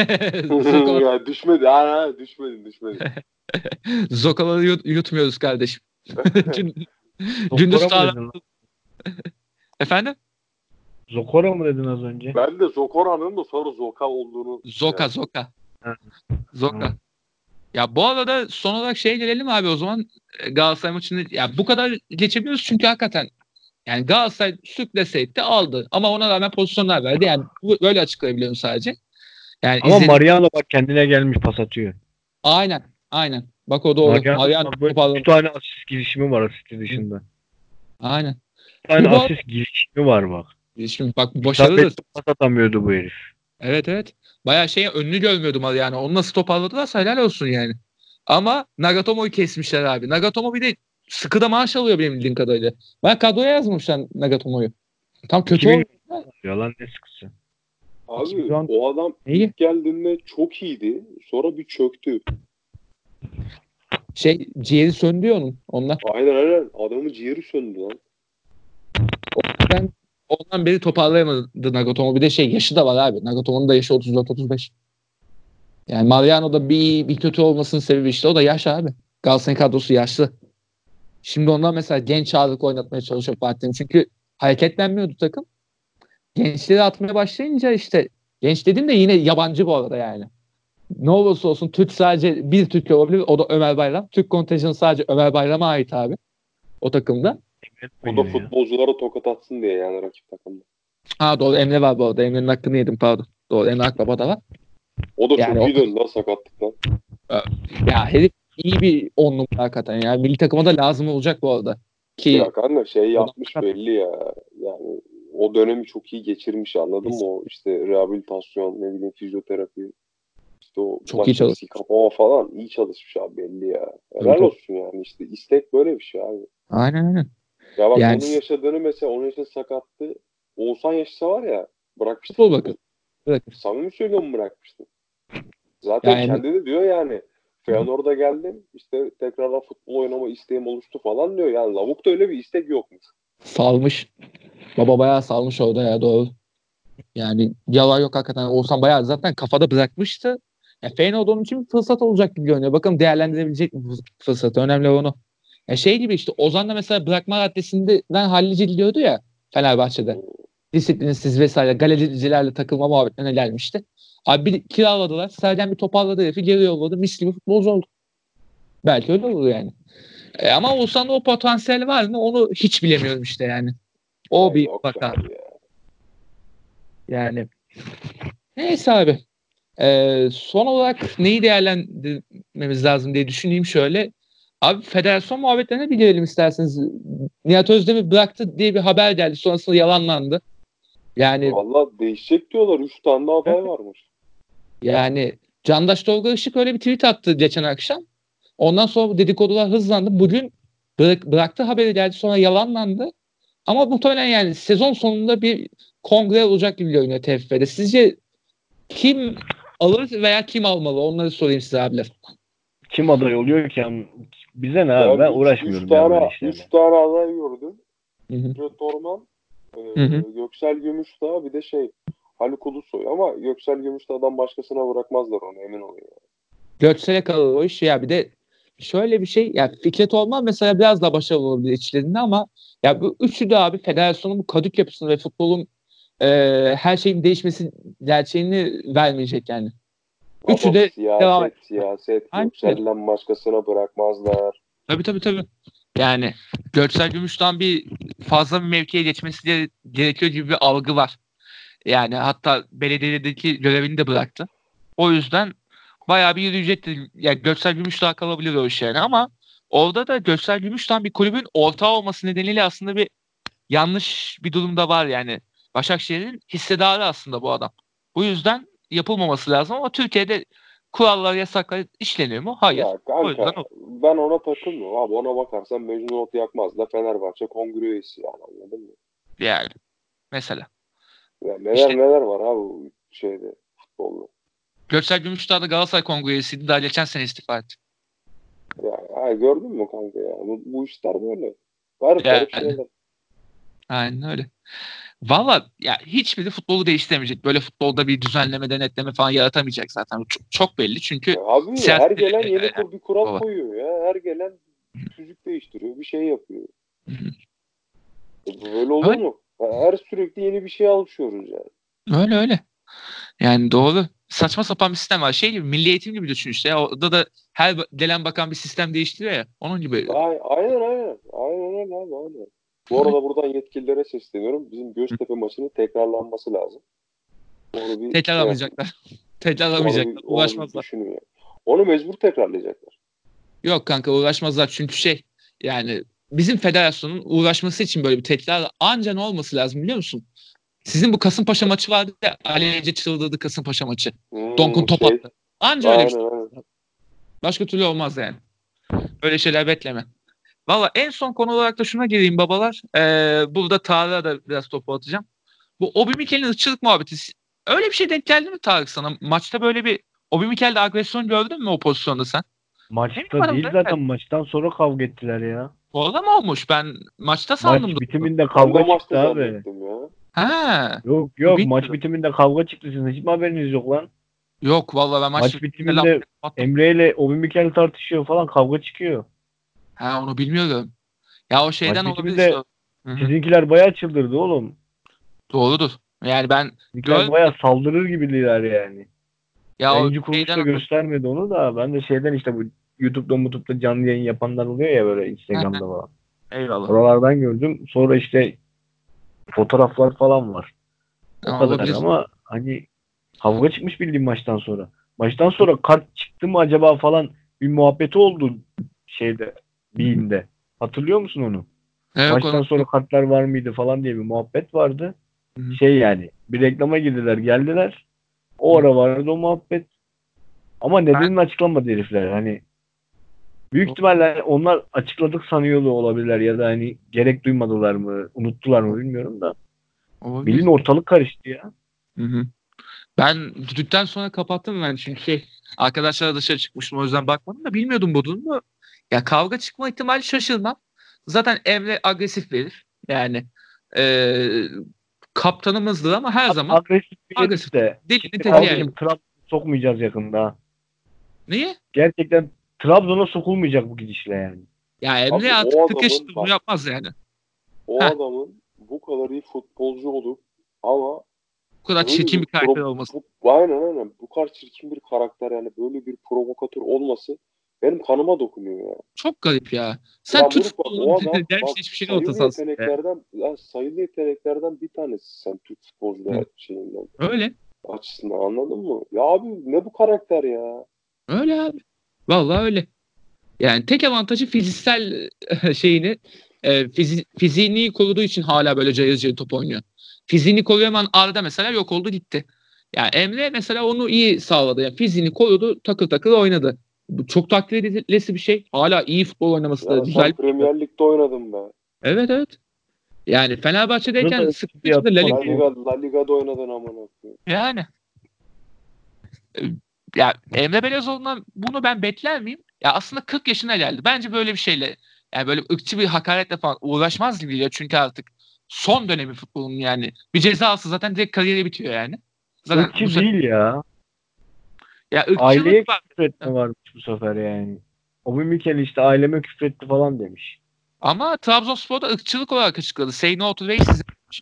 Ya düşmedi. Ha, düşmedi. Zokaları yutmuyoruz kardeşim. Zokora Gündüz mı sağlam. dedin lan? Efendim? Zokora mı dedin az önce? Ben de Zokora'nın da sonra Zoka olduğunu... Zoka. Yani. Zoka. Hı. Ya bu arada son olarak gelelim abi o zaman. Galatasaray maçını ya bu kadar geçebiliyoruz çünkü hakikaten yani Galatasaray sürkleseydi aldı ama ona rağmen pozisyonlar verdi. Yani böyle açıklayabiliyorum sadece. Yani Ama Mariano bak kendine gelmiş, pas atıyor. Aynen. Bak o doğru. Mariano bak, böyle 3 tane asist girişimi var asist dışında. Aynen. 3 tane Bu asist girişimi var bak. Şimdi bak başarılı. Pas atamıyordu bu herif. Evet. Bayağı önünü görmüyordum yani. Onu nasıl toparladılarsa helal olsun yani. Ama Nagatomo'yu kesmişler abi. Nagatomo bir de sıkı da maaş alıyor benim bildiğim kadarıyla. Ben kadroya yazmışlar Nagatomo'yu. Tam kötü 2000 oldu. Yalan ne sıkısı. Abi Şu an- o adam İyi. ilk geldiğinde çok iyiydi. Sonra bir çöktü. Ciğeri söndü ya onun. Ondan. Aynen. Adamın ciğeri söndü lan. Ben ondan beri toparlayamadı Nagatomo. Bir de yaşı da var abi. Nagatomo'nun da yaşı 34-35. Yani Mariano'da bir kötü olmasının sebebi işte o da yaş abi. Galatasaray kadrosu yaşlı. Şimdi ondan mesela genç ağırlık oynatmaya çalışıyor Fatih Terim. Çünkü hareketlenmiyordu takım. Gençleri atmaya başlayınca işte genç dedim de yine yabancı bu arada yani. Ne olursa olsun Türk sadece bir Türk olabilir. O da Ömer Bayram. Türk kontenjanı sadece Ömer Bayram'a ait abi. O takımda. O da futbolculara tokat atsın diye yani, rakip takımda. Ha doğru, Emre var bu arada. Emre'nin hakkını yedim pardon. Doğru, Emre Akbaba da var. O da Yani çok iyi döndü lan sakatlıktan. Ya herif iyi bir 10 numara hakikaten. Yani milli takıma da lazım olacak bu arada. Ki Ya kanka yapmış sakat. belli ya. Yani o dönemi çok iyi geçirmiş, anladın mı? O işte rehabilitasyon, ne bileyim fizyoterapi, işte o Çok iyi çalışmış. kapama falan iyi çalışmış abi, belli ya. Helal olsun yani, işte istek böyle bir şey abi. Aynen. Ya bak Yani onun yaşadığını mesela, onun yaşadığı sakattı. Oğuzhan yaşasa var ya, bırakmıştı. futbol bakın. Bırakır. Samimi söylüyorum, bırakmıştı. Zaten Yani- kendi de diyor yani. Feyenoord'a geldim, işte tekrardan futbol oynama isteğim oluştu falan diyor. Yani lavukta öyle bir istek yokmuş. Salmış. Baba bayağı salmış orada ya, doğru. Yani yalan yok hakikaten. Oğuzhan bayağı zaten kafada bırakmıştı. Ya Feyenoord onun için bir fırsat olacak gibi görünüyor. Bakalım değerlendirebilecek mi bu fırsatı? Önemli olan o. Ya gibi işte Ozan da mesela bırakma raddesinden hallici diyordu ya Fenerbahçe'de. Disiplinsiz vesaire galericilerle takılma muhabbetlerine gelmişti. Abi bir kiraladılar. Serden bir toparladı herifi, geri yolladı. Mis gibi futbolcu oldu. Belki öyle olur yani. Ama Oğuzhan'da o potansiyel var mı? Onu hiç bilemiyorum işte yani. O Ya bir yok vaka. abi ya. Yani. Neyse abi. Son olarak neyi değerlendirmemiz lazım diye düşüneyim şöyle. Abi federasyon muhabbetlerine bir gelelim isterseniz. Nihat Özdemir bıraktı diye bir haber geldi. Sonrasında yalanlandı. Yani Valla değişecek diyorlar. 3 tane de aday varmış. yani Candaş Tolga Işık öyle bir tweet attı geçen akşam. Ondan sonra bu dedikodular hızlandı. Bugün bıraktı haberi geldi. Sonra yalanlandı. Ama muhtemelen yani sezon sonunda bir kongre olacak gibi görünüyor TFF'de. Sizce kim alır veya kim almalı? Onları sorayım size abiler. Kim aday oluyor ki? Yani bize ne abi? Ben uğraşmıyorum ya böyle işlerle. 3 tane aday gördüm. Hı hı. Fikret Orman, hı. Göksel Gümüşdağ bir de Haluk Ulusoy. Ama Göksel Gümüşdağ'dan başkasına bırakmazlar onu, emin olun. Göksel'e kalır o iş ya. Bir de şöyle bir şey, ya Fikret Orman mesela biraz daha başarılı olabilir içlerinde ama ya bu üçü de abi federasyonun bu kadük yapısını ve futbolun her şeyin değişmesi gerçeğini vermeyecek yani. Üçü de devam et. Siyaset. Aynen. Göksel'den başkasına bırakmazlar. Tabii. Yani Göksel Gümüş'ten fazla bir mevkiye geçmesi gerekiyor gibi bir algı var. Yani hatta belediyedeki görevini de bıraktı. O yüzden bayağı bir yürüyecektir. Yani Göksel Gümüşdağ kalabilir o iş yani ama orada da Göksel Gümüşdağ bir kulübün ortağı olması nedeniyle aslında bir yanlış bir durum da var yani. Başakşehir'in hissedarı aslında bu adam. Bu yüzden yapılmaması lazım ama Türkiye'de kurallar, yasaklar işleniyor mu? Hayır. Ya O yüzden kanka ben ona takılmıyorum. Abi ona bakarsan Mecnun Ot Yakmaz da Fenerbahçe kongre üyesi yani, anladın mı? yani mesela. Ya neler İşte- neler var abi bu futbolda. Göksel Gümüşdağ da Galatasaray Kongre üyesiydi. Daha geçen sene istifa etti. Ya gördün mü kanka ya? Bu işler böyle. Garip Yani. şeyler. Aynen öyle. Valla ya hiçbiri futbolu değiştiremeyecek. Böyle futbolda bir düzenleme, denetleme falan yaratamayacak zaten. Çok belli çünkü Ya abi siyaset- her gelen yeni bir kural Baba. koyuyor ya. Her gelen tüzük değiştiriyor. Bir şey yapıyor. Böyle olur Öyle. mu? Her sürekli yeni bir şey alışıyoruz yani. Öyle. Yani doğru. Saçma sapan bir sistem var. Şey gibi, milli eğitim gibi düşün işte ya. Orada da her gelen bakan bir sistem değiştiriyor ya. Onun gibi. Aynen. Aynen öyle abi, aynen. Bu arada buradan yetkililere sesleniyorum. Bizim Göztepe maçının tekrarlanması lazım. Onu bir Tekrarlamayacaklar. Tekrarlamayacaklar. Uğraşmazlar. düşünün ya. Onu mecbur tekrarlayacaklar. Yok kanka uğraşmazlar çünkü yani bizim federasyonun uğraşması için böyle bir tekrar anca ne olması lazım biliyor musun? Sizin bu Kasımpaşa maçı vardı ya, Aleyce çıldırdı Kasımpaşa maçı. Donk'un top attı. Anca öyle bir şey. Başka türlü olmaz yani. Öyle şeyler bekleme. Valla en son konu olarak da şuna gireyim babalar. Burada Tarık'a da biraz topu atacağım. Bu Obi Mikel'in ırkçılık muhabbeti. Öyle bir şey denk geldi mi Tarık sana? Maçta böyle bir Obi Mikel'de agresyon gördün mü o pozisyonda sen? Maçta değil zaten, maçtan sonra kavga ettiler ya. Orada mı olmuş? Ben maçta sandım. Maç bitiminde kavga çıktı abi. Ya. Ha. Yok maç bitiminde kavga çıktı. Sizin hiç mi haberiniz yok lan? Yok vallahi ben maç bitiminde Emre ile Obi Mikel tartışıyor falan, kavga çıkıyor. Ha onu bilmiyorum. Ya o şeyden olabilir. Sizinkiler bayağı çıldırdı oğlum. Doğrudur. Yani ben bayağı saldırır gibiler yani. Ya Yayıncı kuruluş da göstermedi onu da. Ben de işte bu YouTube'da canlı yayın yapanlar oluyor ya böyle Instagram'da falan. Eyvallah. Oralardan gördüm. Sonra işte fotoğraflar falan var. O kadar olabilir. Ama hani kavga çıkmış bildiğim maçtan sonra. Maçtan sonra kart çıktı mı acaba falan bir muhabbeti oldu BİM'de. Hatırlıyor musun onu? Evet, maçtan sonra kartlar var mıydı falan diye bir muhabbet vardı. Yani bir reklama girdiler, geldiler. O ara vardı o muhabbet. Ama nedenini açıklamadı herifler. Hani büyük ihtimalle onlar açıkladık sanıyordu olabilirler ya da hani gerek duymadılar mı, unuttular mı bilmiyorum da. Bilin ortalık karıştı ya. Ben düdükten sonra kapattım ben çünkü arkadaşlarla dışarı çıkmıştım, o yüzden bakmadım da bilmiyordum bu durumu. Ya kavga çıkma ihtimali şaşırmam. Zaten Emre agresif verir. Yani kaptanımızdır ama her zaman agresif de. Dilini tecrübe. Trabzon'a sokmayacağız yakında. Niye? Gerçekten Trabzon'a sokulmayacak bu gidişle yani. Ya Emre artık tıkıştı, bunu yapmaz yani. O adamın bu kadar iyi futbolcu olup ama bu kadar çirkin bir karakter olması. Aynen. Bu kadar çirkin bir karakter, yani böyle bir provokatör olması benim kanıma dokunuyor ya. Çok garip ya. Sen ya Türk futbolunun hiçbir şey sayılı yeteneklerden bir tanesi sen Türk futbolcular şeyinden. Öyle. açısından, anladın mı? Ya abi ne bu karakter ya? Öyle abi. Vallahi öyle. Yani tek avantajı fiziksel şeyini fiziğini koruduğu için hala böyle cayır cayır top oynuyor. Fiziğini koruyamayan Arda mesela yok oldu gitti. Yani Emre mesela onu iyi sağladı. Yani fiziğini korudu, takır takır oynadı. Bu çok takdir edilesi bir şey. Hala iyi futbol oynaması da Ya güzel sen bir şey. Premier Lig'de oynadın be. Evet evet. Yani Bunu Fenerbahçe'deyken da sıkıntı bir içinde La yapmadı. La Liga. Liga, La Liga'da oynadın amına koyayım. Yani. Ya Emre Belözoğlu'ndan bunu ben bekler miyim? Ya aslında 40 yaşına geldi. Bence böyle bir şeyle yani böyle ırkçı bir hakaretle falan uğraşmaz gibi geliyor. Çünkü artık son dönemi futbolun yani. Bir ceza alsa zaten direkt kariyeri bitiyor yani. Zaten bu Irkçı sefer değil ya. ya Aileye ırkçılık var. küfretme varmış bu sefer yani. O bir Mikel işte aileme küfretti falan demiş. Ama Trabzonspor'da ırkçılık olarak açıkladı. Say no to racism.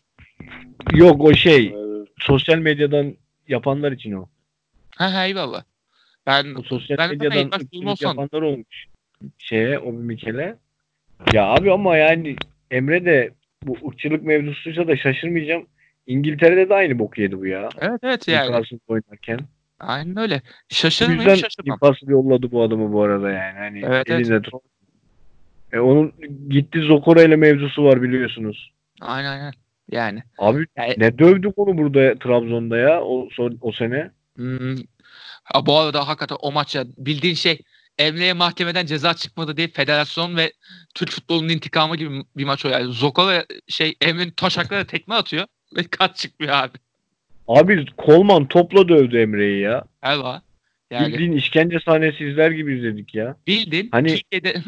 Yok o şey Evet. sosyal medyadan yapanlar için o. Ha eyvallah. Ben O sosyal ben zaten medyadan ilk başta bunu ırkçılık sandım. yapanlar olmuş. Şeye o bir Mikel'e. Ya abi ama yani Emre de bu ırkçılık mevzusuysa da şaşırmayacağım. İngiltere'de de aynı bok yedi bu ya. Evet evet yani. Newcastle oynarken. Aynen öyle. Bu Şaşırır mıyım? yüzden Şaşırmam. Newcastle yolladı bu adamı bu arada yani. Hani Evet evet. elinde tut. Onun gitti Zokora ile mevzusu var biliyorsunuz. Aynen aynen. Yani. Abi Yani ne dövdük onu burada Trabzon'da ya o sene. hmm, ha, bu arada hakikaten o maç ya bildiğin şey Emre'ye mahkemeden ceza çıkmadı diye federasyon ve Türk futbolunun intikamı gibi bir maç o yani. Zoko ve Emre'nin taşaklara tekme atıyor ve kat çıkmıyor abi. Abi Kolman topla dövdü Emre'yi ya. Elva. Yani Bildiğin işkence sahnesi izler gibi izledik ya. bildin Hani Türkiye'de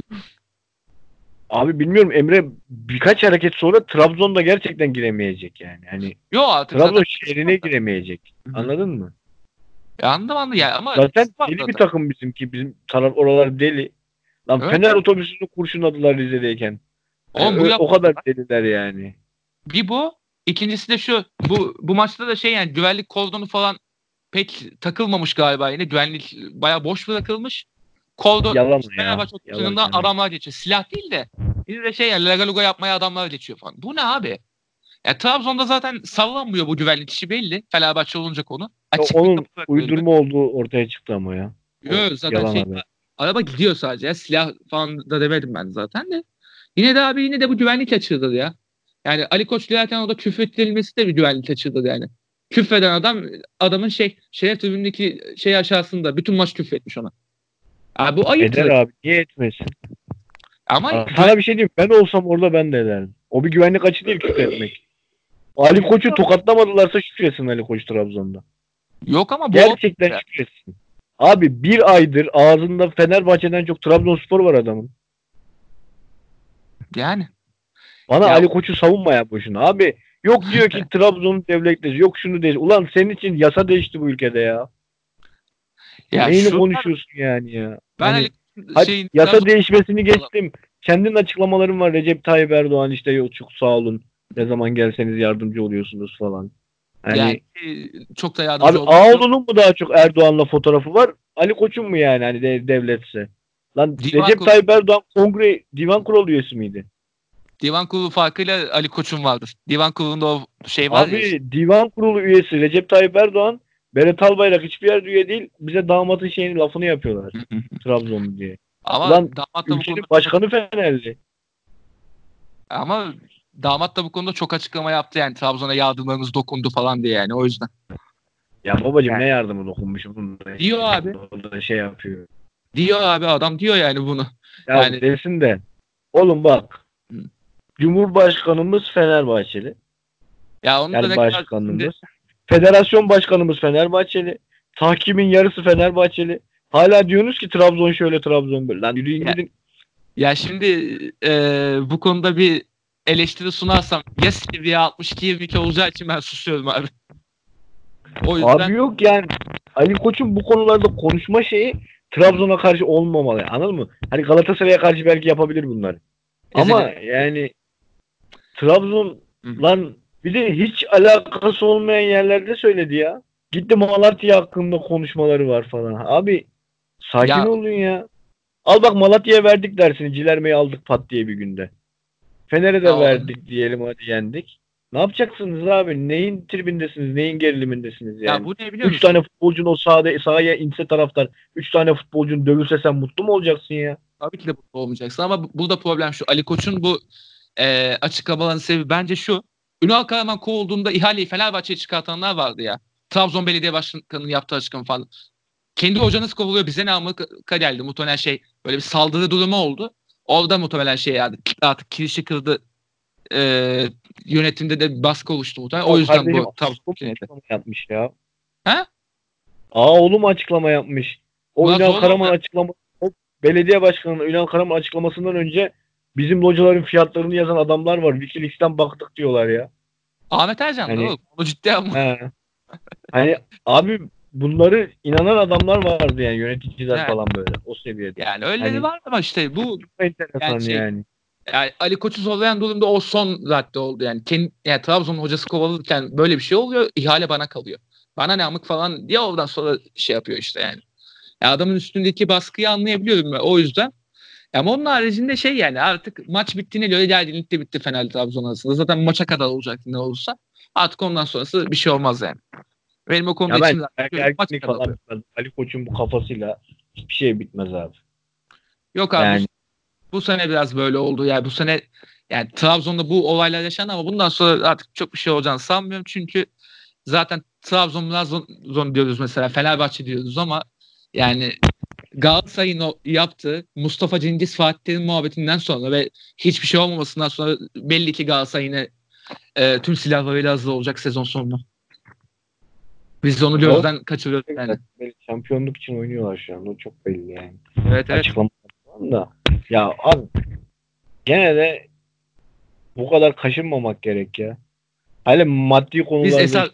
abi bilmiyorum Emre birkaç hareket sonra Trabzon'da gerçekten giremeyecek yani. Hani yo artık Trabzon zaten şehrine giremeyecek. Hı-hı. Anladın mı? Anladım ya ama Zaten var deli bir zaten. takım bizimki. Bizim taraf oralar deli. Lan Evet, Fener evet. otobüsünü kurşunladılar Rize'deyken. Hani Oğlum bu o kadar yaptılar. deliler yani. Bir bu. İkincisi de şu. Bu maçta da yani güvenlik kordonu falan pek takılmamış galiba yine. Güvenlik bayağı boş bırakılmış. Kordon Yalan o ya. Fenerbahçe Yalan otobüsünden yalan. adamlar geçiyor. Silah değil de bir de yani Lagaluga yapmaya adamlar geçiyor falan. Bu ne abi? Ya Trabzon'da zaten sallanmıyor bu güvenlik işi belli. Fenerbahçe olunca konu. Açık bir Onun kapı bırakılıyor. uydurma olduğu ortaya çıktı ama ya. O Yok zaten yalan haber. araba gidiyor sadece. Ya. Silah falan da demedim ben zaten de. Yine de abi yine de bu güvenlik açığıdır ya. Yani Ali Koç dilerken orada küfrettirilmesi de bir güvenlik açığıdır yani. Küfreden adamın şeref tribünündeki aşağısında bütün maç küfretmiş ona. Abi bu Eder ayıptır. abi. Niye etmesin? Ama Sana bir şey diyeyim. Ben olsam orada ben de ederdim. O bir güvenlik açığı değil küfretmek. Ali Koç'u tokatlamadılarsa şükretsin Ali Koç Trabzon'da. yok ama bu Gerçekten şükretsin. Abi bir aydır ağzında Fenerbahçe'den çok Trabzonspor var adamın. yani Bana ya Ali Koç'u savunmaya boşuna. Abi yok diyor ki Trabzon'u devletleşti. Yok şunu değil. Ulan senin için yasa değişti bu ülkede ya. ya Neyini şu konuşuyorsun yani ya? ben Hani Ali yasa Trabzon değişmesini geçtim. Kendin açıklamaların var. Recep Tayyip Erdoğan işte yok çok sağ olun. Ne zaman gelseniz yardımcı oluyorsunuz falan. yani Hani çok da abi yardımcı oldu. Ağoğlu'nun mu daha çok Erdoğan'la fotoğrafı var? Ali Koç'un mu yani hani devletse? Lan Divan Recep kurulu, Tayyip Erdoğan kongre divan kurulu üyesi miydi? divan kurulu farkıyla Ali Koç'un vardır. Divan kurulunda o var ya işte. Abi divan kurulu üyesi Recep Tayyip Erdoğan, Berat Albayrak hiçbir yerde üye değil. Bize damatın şeyini lafını yapıyorlar. Trabzonlu diye. Ama Ulan damat da bu ülkenin konuda başkanı Fenerli. ama damat da bu konuda çok açıklama yaptı yani Trabzon'a yardımlarımız dokundu falan diye yani o yüzden. Ya babacım Yani. ne yardımı dokunmuş bunun da. Diyor abi. O da şey yapıyor. Diyor abi adam diyor yani bunu. Ya Yani desin de. Oğlum bak. Hı. Cumhurbaşkanımız Fenerbahçeli. ya onu da Yani ne kadar şimdi başkanımız. Federasyon başkanımız Fenerbahçeli. Tahkimin yarısı Fenerbahçeli. Hala diyorsunuz ki Trabzon şöyle Trabzon böyle. Lan yürüyün ya, gidin. ya şimdi bu konuda bir eleştiri sunarsam ya seviye 62-22 olacağı için ben susuyorum abi. O yüzden Abi yok yani Ali Koç'un bu konularda konuşma şeyi Trabzon'a karşı olmamalı. Anladın mı? Hani Galatasaray'a karşı belki yapabilir bunları. Ama yani Trabzon Hı. lan bir de hiç alakası olmayan yerlerde söyledi ya. Gitti Malatya hakkında konuşmaları var falan. Abi sakin Ya olun ya. Al bak Malatya'ya verdik dersini. Cilerme'yi aldık pat diye bir günde. Fener'e de ya, verdik diyelim hadi yendik. Ne yapacaksınız abi? Neyin tribindesiniz? Neyin gerilimindesiniz yani? Ya bu ne biliyor 3 musun? tane futbolcunun o sahaya inse taraftar 3 tane futbolcunun dövülse sen mutlu mu olacaksın ya? Tabii ki de mutlu olmayacaksın ama burada problem şu. Ali Koç'un bu açıklamaların sebebi bence şu. Ünal Karaman kovulduğunda ihaleyi Fenerbahçe'ye çıkartanlar vardı ya. Trabzon Belediye Başkanı'nın yaptığı açıklama falan. Kendi hocanız kovuluyor bize ne Amerika geldi. Muhtemelen böyle bir saldırı durumu oldu. Orada muhtemelen artık kirişi kırdı. Yönetimde de baskı oluştu muhtemelen. O yüzden kardeşim, bu Trabzon açıklama yapmış ya. Ha? Oğlum açıklama yapmış. O Ulan Ünal zor Karaman oldu. o belediye başkanı Ünal Karaman açıklamasından önce bizim locaların fiyatlarını yazan adamlar var. Wikileaks'ten baktık diyorlar ya. Ahmet Ercan Hani- oğlum. O ciddi ama. He. Hani abi bunları inanan adamlar vardı yani yöneticiler Evet. falan böyle o seviyede. Yani öyleleri Hani- var ama işte bu Çok enteresan yani. yani Ali Koç'u zorlayan durumda o son radde oldu yani. Yani Trabzon'un hocası kovalanırken böyle bir şey oluyor. İhale bana kalıyor. Bana ne amık falan diye oradan sonra yapıyor işte yani. Ya adamın üstündeki baskıyı anlayabiliyorum ben o yüzden. Ama onun haricinde yani artık maç bittiğine göre gerginlik de bitti Fener'le Trabzon arasında. Zaten maça kadar olacak ne olursa. Artık ondan sonrası bir şey olmaz yani. Benim o konuda Ya içim ben maç erginlik kadar falan oluyor. bitmez. Ali Koç'un bu kafasıyla hiçbir şey bitmez abi. Yok abi Yani bu sene biraz böyle oldu. Yani bu sene yani Trabzon'da bu olaylar yaşandı ama bundan sonra artık çok bir şey olacağını sanmıyorum. Çünkü zaten Trabzon diyoruz mesela Fenerbahçe diyoruz ama yani Galatasaray'ın o yaptığı Mustafa Cengiz Fatih Terim muhabbetinden sonra ve hiçbir şey olmamasından sonra belli ki Galatasaray yine tüm silahlarıyla hazır olacak sezon sonunda. Biz de onu gözden kaçırıyoruz yani. şampiyonluk için oynuyorlar şu an. O çok belli yani. Evet. Açıklama falan da. Ya abi gene de bu kadar kaşınmamak gerek ya. Hele maddi Biz konularda esas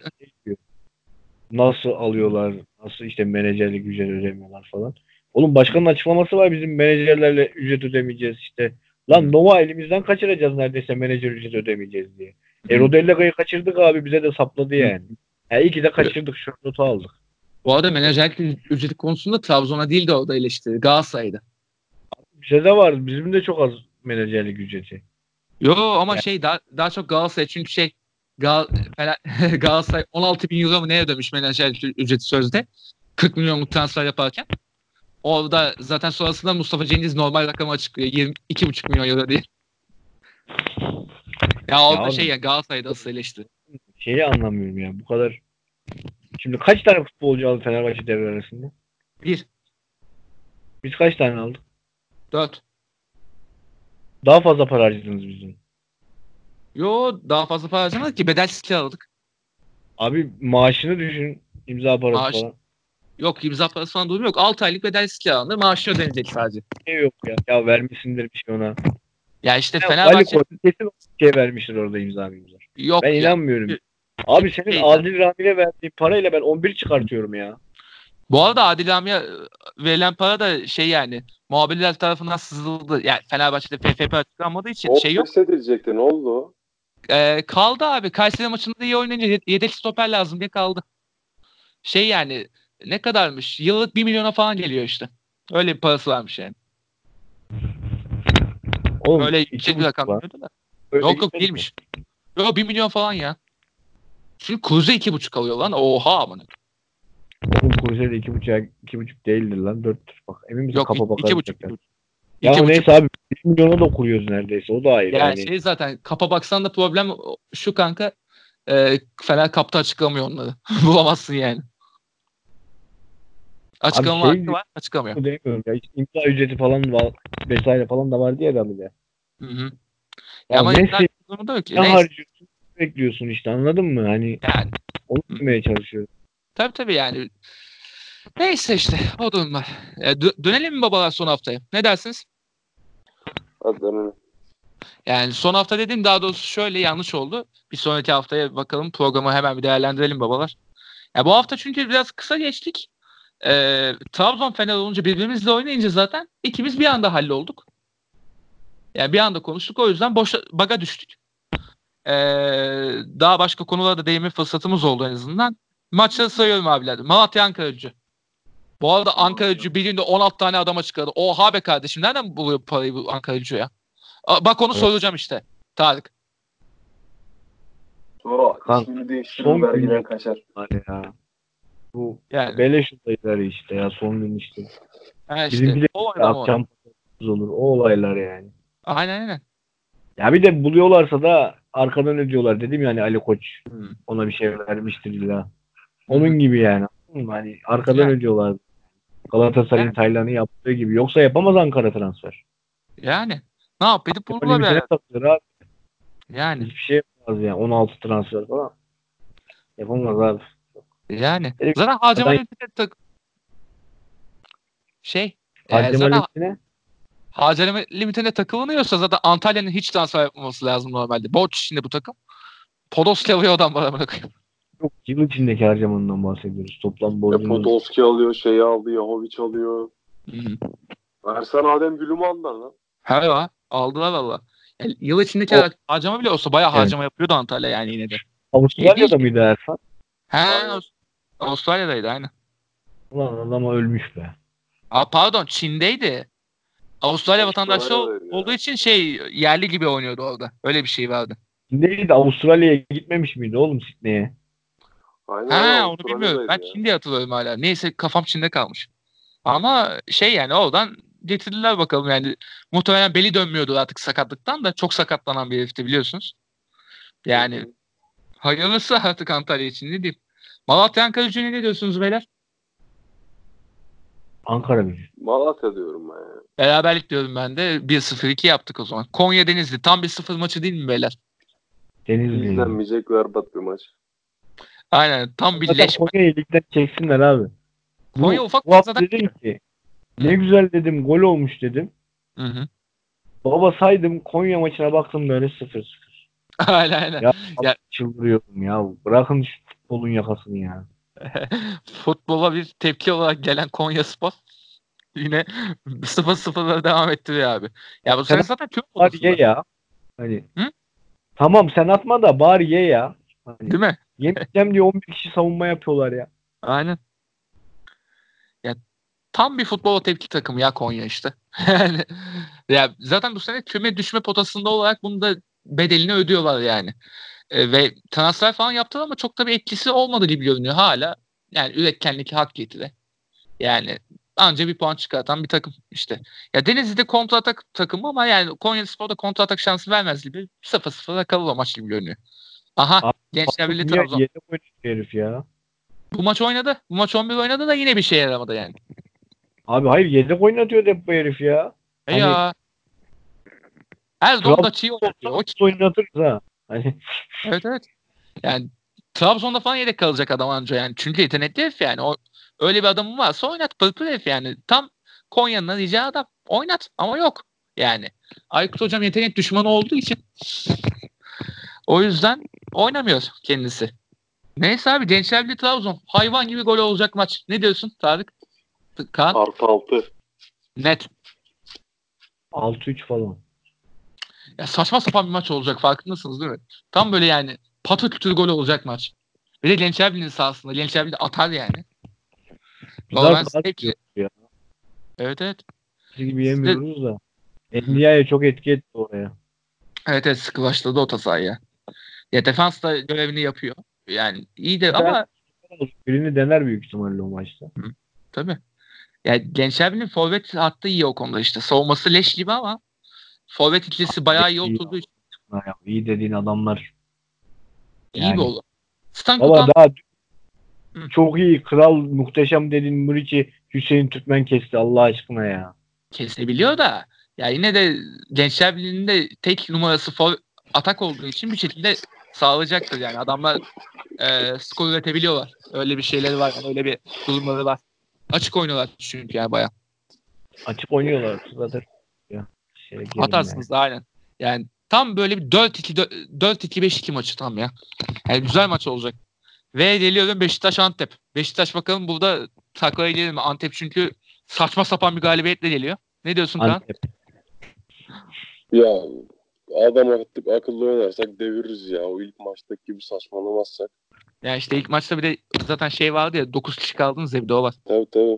nasıl alıyorlar, nasıl işte menajerlik ücret ödemiyorlar falan. Oğlum başkanın açıklaması var bizim menajerlerle ücret ödemeyeceğiz işte. Lan Nova elimizden kaçıracağız neredeyse menajer ücret ödemeyeceğiz diye. Rodella'yı kaçırdık abi bize de sapladı yani. İyi ki de kaçırdık şu notu aldık. bu arada menajerlik ücreti konusunda Trabzon'a değil de orada eleştiri. Galatasaray'da. Bize de var. Bizim de çok az menajerlik ücreti. Yo ama daha çok Galatasaray çünkü Galatasaray 16 bin euro mu ne ödemiş menajerlik ücreti sözde 40 milyonluk transfer yaparken orada zaten sonrasında Mustafa Cengiz normal rakamı açıklıyor 22,5 milyon euro diye. Ya orada Galatasaray'da asıl eleştiri. Şeyi anlamıyorum ya bu kadar. Şimdi kaç tane futbolcu aldı Fenerbahçe devre arasında? 1, Biz kaç tane aldık? 4. Daha fazla para harcadınız bizim. Yo daha fazla para harcamadık ki bedelsiz kiraladık. Abi maaşını düşün. İmza parası Maaş falan. yok imza parası falan durum yok. 6 aylık bedelsiz kiralanır maaşı ödenecek sadece. Ne yok ya. Ya vermişsindir bir şey ona. Ya işte Ya, Fenerbahçe kesin bir şey vermiştir orada imza. yok Ben ya. inanmıyorum. Abi senin Adil Rami'ne verdiğin parayla ben 11 çıkartıyorum ya. Bu arada Adil Rami'ye verilen para da yani muhabirler tarafından sızıldı. Yani Fenerbahçe'de FFP açıklanmadığı için O yok. test edilecekti. Ne oldu? Kaldı abi. Kayseri maçında iyi oynayınca yedek stoper lazım diye kaldı. Yani ne kadarmış? Yıllık 1 milyona falan geliyor işte. Öyle bir parası varmış yani. Oğlum, Öyle yüksek bir rakam diyordu da. Yok değilmiş. Yok 1 milyon falan ya. Çünkü Kuruze 2,5 alıyor lan. Oha amına. Oğlum Cruzeiro 2,5 değildir lan 4'tür bak. Emin misin Yok kafa bakar. 2,5. Ya 2,5. neyse abi 1 milyona da kuruyoruz neredeyse. O da ayrı. Yani zaten kapa baksan da problem şu kanka. Fener kapta açıklamıyor onları. Bulamazsın yani. Açıklama hakkı var. Açıklamıyor. Demiyorum ya. İmza ücreti falan var. Vesaire falan da var diye de bile. Hı. Ya ama neyse. durumda yok ki. Ne harcıyorsun? Bekliyorsun işte anladın mı? Hani yani. Onu demeye çalışıyorum. Tabii yani. Neyse işte o durumlar. Dönelim mi babalar son haftaya? Ne dersiniz? Hadi dönelim. Yani son hafta dediğim daha doğrusu şöyle yanlış oldu. Bir sonraki haftaya bakalım programı hemen bir değerlendirelim babalar. Ya bu hafta çünkü biraz kısa geçtik. Trabzon Fener olunca birbirimizle oynayınca zaten ikimiz bir anda hallolduk. Yani bir anda konuştuk o yüzden baga düştük. Daha başka konulara da değinme fırsatımız oldu en azından. Maçları sayıyorum abiler. Malatya Ankaragücü. Bu arada Ankaragücü bir günde 16 tane adama çıkardı. Oha be kardeşim nereden buluyor parayı bu Ankaragücü ya? Bak onu soracağım işte. Tarık. Sonra Kan- ismini değiştirir, son vergiden gün- kaçar. Hani ya. Bu Yani. beleş olayları işte ya son gün işte. Ha işte. Bizimki de O oynama o. akşam olur. O olaylar yani. Aynen. Ya bir de buluyorlarsa da arkadan ödüyorlar. Dedim yani Ali Koç Hmm. ona bir şey vermiştir illa. Onun gibi yani. Anladın mı? Hani arkadan Yani. ödüyorlar. Galatasaray'ın Yani. Taylan'ı yaptığı gibi. Yoksa yapamaz Ankara transfer. Yani. Ne yap edip Ama buldular limitine yani. takılır abi. Yani. Hiçbir şey yapamaz yani. 16 transfer falan. Yapamaz abi. Yani. Hele Zaten harcama zaten limitine harcama zaten limitine harcama limitine takılınıyorsa zaten Antalya'nın hiç transfer yapmaması lazım normalde. Borç içinde bu takım. Podolski alıyor adam bana bırakıyor. yok. Yıl içindeki harcamanından bahsediyoruz. Toplam borcunun. Podolski alıyor, şeyi aldı, Yahovic alıyor. Hı-hı. Ersan Adem Gül'ümü aldılar lan. He ya. Aldılar valla. Yani yıl içindeki O, harcama bile olsa bayağı evet. harcama yapıyordu Antalya yani yine de. İyi değil Avustralya'da ki. mıydı Ersan? He, Aynen. Avustralya'daydı aynen. Ulan adam ölmüş be. Pardon, Çin'deydi. Avustralya vatandaşı Avustralya'daydı olduğu ya. için yerli gibi oynuyordu orada. Öyle bir şey vardı. Neydi Avustralya'ya gitmemiş miydi oğlum Sydney'e? Aynen Onu bilmiyorum. Ben Avustralya'daydı ya. Çin diye hatırlıyorum hala. Neyse kafam Çin'de kalmış. Ama yani oradan getirdiler bakalım yani. Muhtemelen beli dönmüyordu artık sakatlıktan da. Çok sakatlanan bir herifti biliyorsunuz. Yani Hı hı. hayırlısı artık Antalya için ne diyeyim. Malatya Ankara Gücü'ne ne diyorsunuz beyler? Ankara Gücü. Malatya diyorum ben ya. Beraberlik diyorum ben de. 1-0-2 yaptık o zaman. Konya Denizli. Tam 1-0 maçı değil mi beyler? Denizli. İzlenmeyecek berbat bir maç. Aynen. Tam bir Zaten leş maç. Konya'yı ligden çeksinler abi. Konya Bu ufak ufak hafta zaten. dedim ki ne güzel dedim gol olmuş dedim. Hı. Baba saydım Konya maçına baktım böyle 0-0. Aynen. Ya Ya, çıldırıyorum ya. Bırakın şu futbolun yakasını ya. futbola bir tepki olarak gelen Konyaspor yine 0-0'lara devam ettiriyor abi. Ya bu Sen sene zaten kötü bari ye odasında. ya. Hani Hı? tamam sen atma da bari ye ya. Hani Değil mi? yemeyeceğim diye 11 kişi savunma yapıyorlar ya. Aynen. Ya tam bir futbola tepki takımı ya Konya işte. Yani ya zaten bu sene küme düşme potasında olarak bunu da bedelini ödüyorlar yani. Ve transfer falan yaptılar ama çok da bir etkisi olmadı gibi görünüyor hala. Yani üretkenlik hak getire. Yani anca bir puan çıkartan bir takım işte. Ya Denizli'de kontra atak takımı ama yani Konyaspor'da kontra atak şansı vermez gibi 0-0'da kalır o maç gibi görünüyor. Aha, Abi, Gençler Birliği niye Trabzon. yedek oynuyor herif ya? Bu maç oynadı. Bu maç 11 oynadı da yine bir şey yaramadı yani. Abi hayır yedek oynatıyor hep bu herif ya. Hani Ya Erdoğan da çiğ oynatıyor. O Trabzon'da oynatırız ha. Hani evet. Yani Trabzon'da falan yedek kalacak adam anca yani. Çünkü yetenekli herif yani. Öyle bir adamın varsa oynat. Pırpır herif yani. Tam Konya'nın arayacağı adam. Oynat ama yok. Yani. Aykut Hocam yetenek düşmanı olduğu için o yüzden oynamıyor kendisi. Neyse abi Gençler Birliği Trabzon. Hayvan gibi gol olacak maç. Ne diyorsun Tarık? Kaan? +6. Net. 6-3 falan. Ya saçma sapan bir maç olacak farkındasınız değil mi? Tam böyle yani patır kütür gol olacak maç. Bir de Gençler Birliği'nin sahasında. Gençler Birliği atar yani. Biz Valla ben artık rahat zevkle. yiyoruz ya. Evet. Biz gibi Size, yemiyoruz da. NDI'ye çok etki etti oraya. evet sıkılaştırdı orta sahayı. Ya defans da görevini yapıyor. Yani iyi de Ben ama birini dener büyük ihtimalle o maçta. tabii. Ya Gençler Birliği'nin forvet hattı iyi o konuda işte. Savunması leş gibi ama forvet ikilisi bayağı iyi İyi, oturduğu için ya, iyi dediğin adamlar iyi bir yani. oldu. Stan Valla Kutan daha Hı. çok iyi kral muhteşem dediğin Muriç'i Hüseyin Türkmen kesti Allah aşkına ya. kesebiliyor da ya yine de Gençler Birliği'nde tek numarası atak olduğu için bir şekilde sağlayacaktır yani. Adamlar skor üretebiliyorlar. Öyle bir şeyleri var. Yani öyle bir durumları var. Açık oynuyorlar çünkü yani bayağı. Açık oynuyorlar zaten. Ya, girdim yani. Atarsınız da aynen. Yani tam böyle bir 4-2-5-2 maçı tam ya. Yani güzel maç olacak. Ve geliyorum Beşiktaş Antep. Beşiktaş bakalım burada taklaya gelir mi? Antep çünkü saçma sapan bir galibiyetle geliyor. Ne diyorsun Kaan? Antep. Ya adam akıllı oynarsak deviririz ya. O ilk maçtaki gibi saçmalamazsak. Yani işte ilk maçta bir de zaten şey vardı ya 9 kişi kaldınız ya bir de o var. Tabii.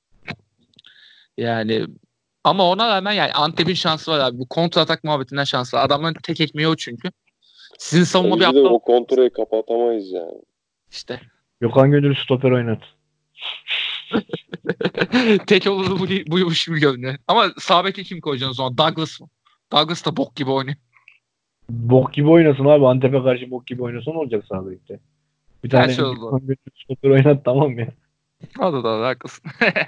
Yani ama ona rağmen yani Antep'in şansı var abi. Bu kontra atak muhabbetinden şansı var. Adamların tek ekmeği o çünkü. Sizin savunma bir Bence de aptal o kontrayı kapatamayız yani. işte. Gökhan Gönül stoper oynat. Tek yolu buymuş gibi görünüyor. Ama sağ beke kim koyacaksın o zaman? Douglas mı? Douglas da bok gibi oynuyor. Bok gibi oynasın abi. Antep'e karşı bok gibi oynasın olacak sağ bekte. Bir tane Gerçi oldu. Gökhan Gönül stoper oynat tamam ya. O da doğru haklısın.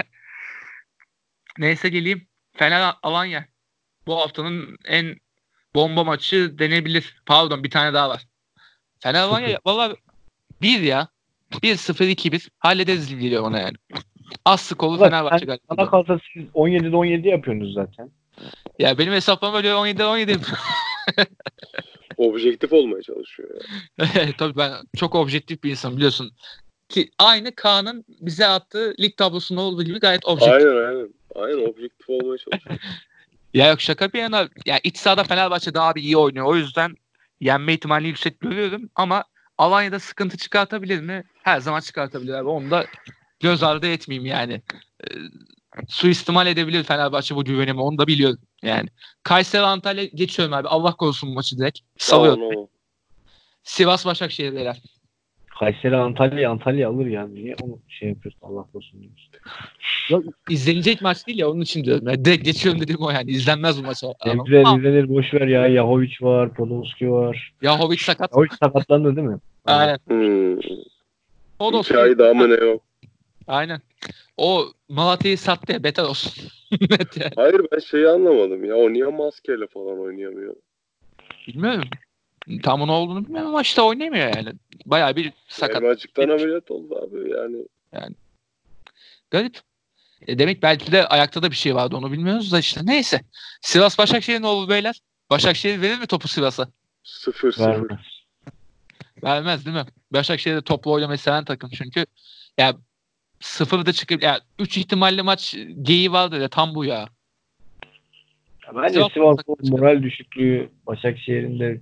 Neyse geleyim. Fener Alanya. Bu haftanın en bomba maçı denebilir. Pardon bir tane daha var. Fener Alanya valla 1 ya. 1-0 2-1 hallederiz gibi geliyor ona yani. Az skolu Fenerbahçe galiba. Bana kalsa siz 17'de 17 yapıyorsunuz zaten. Ya benim hesaplamam öyle 17'de 17. Objektif olmaya çalışıyor ya. Tabii ben çok objektif bir insanım biliyorsun. Ki aynı Kaan'ın bize attığı lig tablosunda olduğu gibi gayet objektif. Aynen objektif olmaya çalışıyor. Ya yok şaka bir yana. Ya iç sahada Fenerbahçe daha bir iyi oynuyor. O yüzden yenme ihtimalini yüksek görüyorum. Ama Alanya'da sıkıntı çıkartabilir mi? Her zaman çıkartabilir abi. Onu da göz ardı etmeyeyim yani. Suistimal edebilir Fenerbahçe bu güvenimi. Onu da biliyorum yani. Kayseri Antalya geçiyorum abi. Allah korusun bu maçı direkt. Salıyorum. Tamam. Sivas Başakşehir beyler. Kayseri Antalya alır yani. Niye onu şey yapıyorsun Allah korusun diyorsun. Yok, izlenecek maç değil ya onun için diyorum. Yani direkt geçiyorum dediğim o yani. İzlenmez bu maç. İzlenir boş ver ya. Yahovic var, Podolski var. Yahovic sakat. Yahovic sakatlandı değil mi? Aynen. O da 2 ay daha mı ne yok? Aynen. O Malatya'yı sattı ya beter olsun. Hayır ben şeyi anlamadım ya. O niye maskeyle falan oynayamıyor? Bilmiyorum. Tam ne olduğunu bilmiyorum ama işte oynayamıyor yani. Bayağı bir sakat. Elmacıktan ameliyat oldu abi yani. Garip. Demek belki de ayakta da bir şey vardı onu bilmiyoruz da işte. Neyse. Sivas Başakşehir ne olur beyler? Başakşehir verir mi topu Sivas'a? 0-0. Vermez değil mi? Başakşehir de toplu oynamayı seven takım çünkü. Ya 0'da çıkıp ya 3 ihtimalli maç geyiği vardı ya tam bu ya. Bence Sivas'ın moral düşüklüğü Başakşehir'in de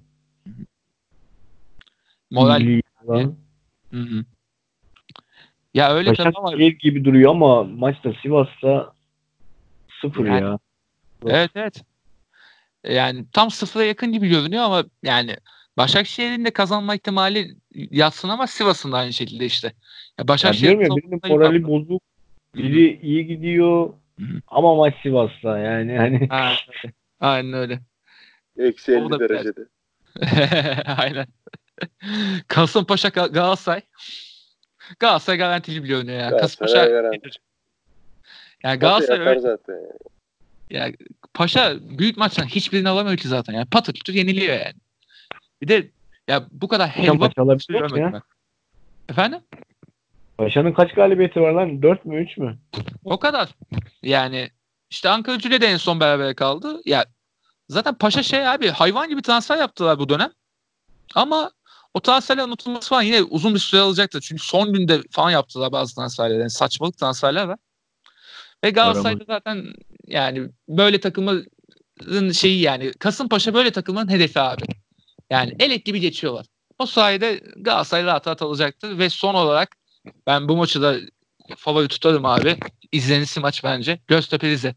moral falan. Hı. Ya öyle tabii ama Başakşehir gibi duruyor ama maçta Sivas'ta 0 yani, ya. Evet. Yani tam 0'a yakın gibi görünüyor ama yani Başakşehir'in de kazanma ihtimali yatsın ama Sivas'ın da aynı şekilde işte. Ya Başakşehir diyorum ya birinin morali bozuk. Biri iyi gidiyor. Ama maç Sivas'ta yani hani. Aynen öyle. Eksi 50 derecede. Aynen. Kasımpaşa Galatasaray. Galatasaray garantili bir görünüyor ya. Kasımpaşa garanti. yani Galatasaray öyle zaten. Ya Paşa büyük maçtan hiçbirini alamıyor ki zaten. Yani patır kütür yeniliyor yani. Bir de ya bu kadar helva ya. Efendim? Paşa'nın kaç galibiyeti var lan? 4 mü 3 mü? O kadar. Yani işte Ankara Gücü'yle de en son beraber kaldı. Ya zaten Paşa abi hayvan gibi transfer yaptılar bu dönem. Ama o transferler unutulması falan yine uzun bir süre alacaktır. Çünkü son günde falan yaptılar bazı transferler. Yani saçmalık transferler var. Ve Galatasaray'da zaten yani böyle takımın şeyi yani Kasımpaşa böyle takımın hedefi abi. Yani elek gibi geçiyorlar. O sayede Galatasaray rahat alacaktır ve son olarak ben bu maçı da favori tutarım abi. İzlenisi maç bence. Göztepe Rize.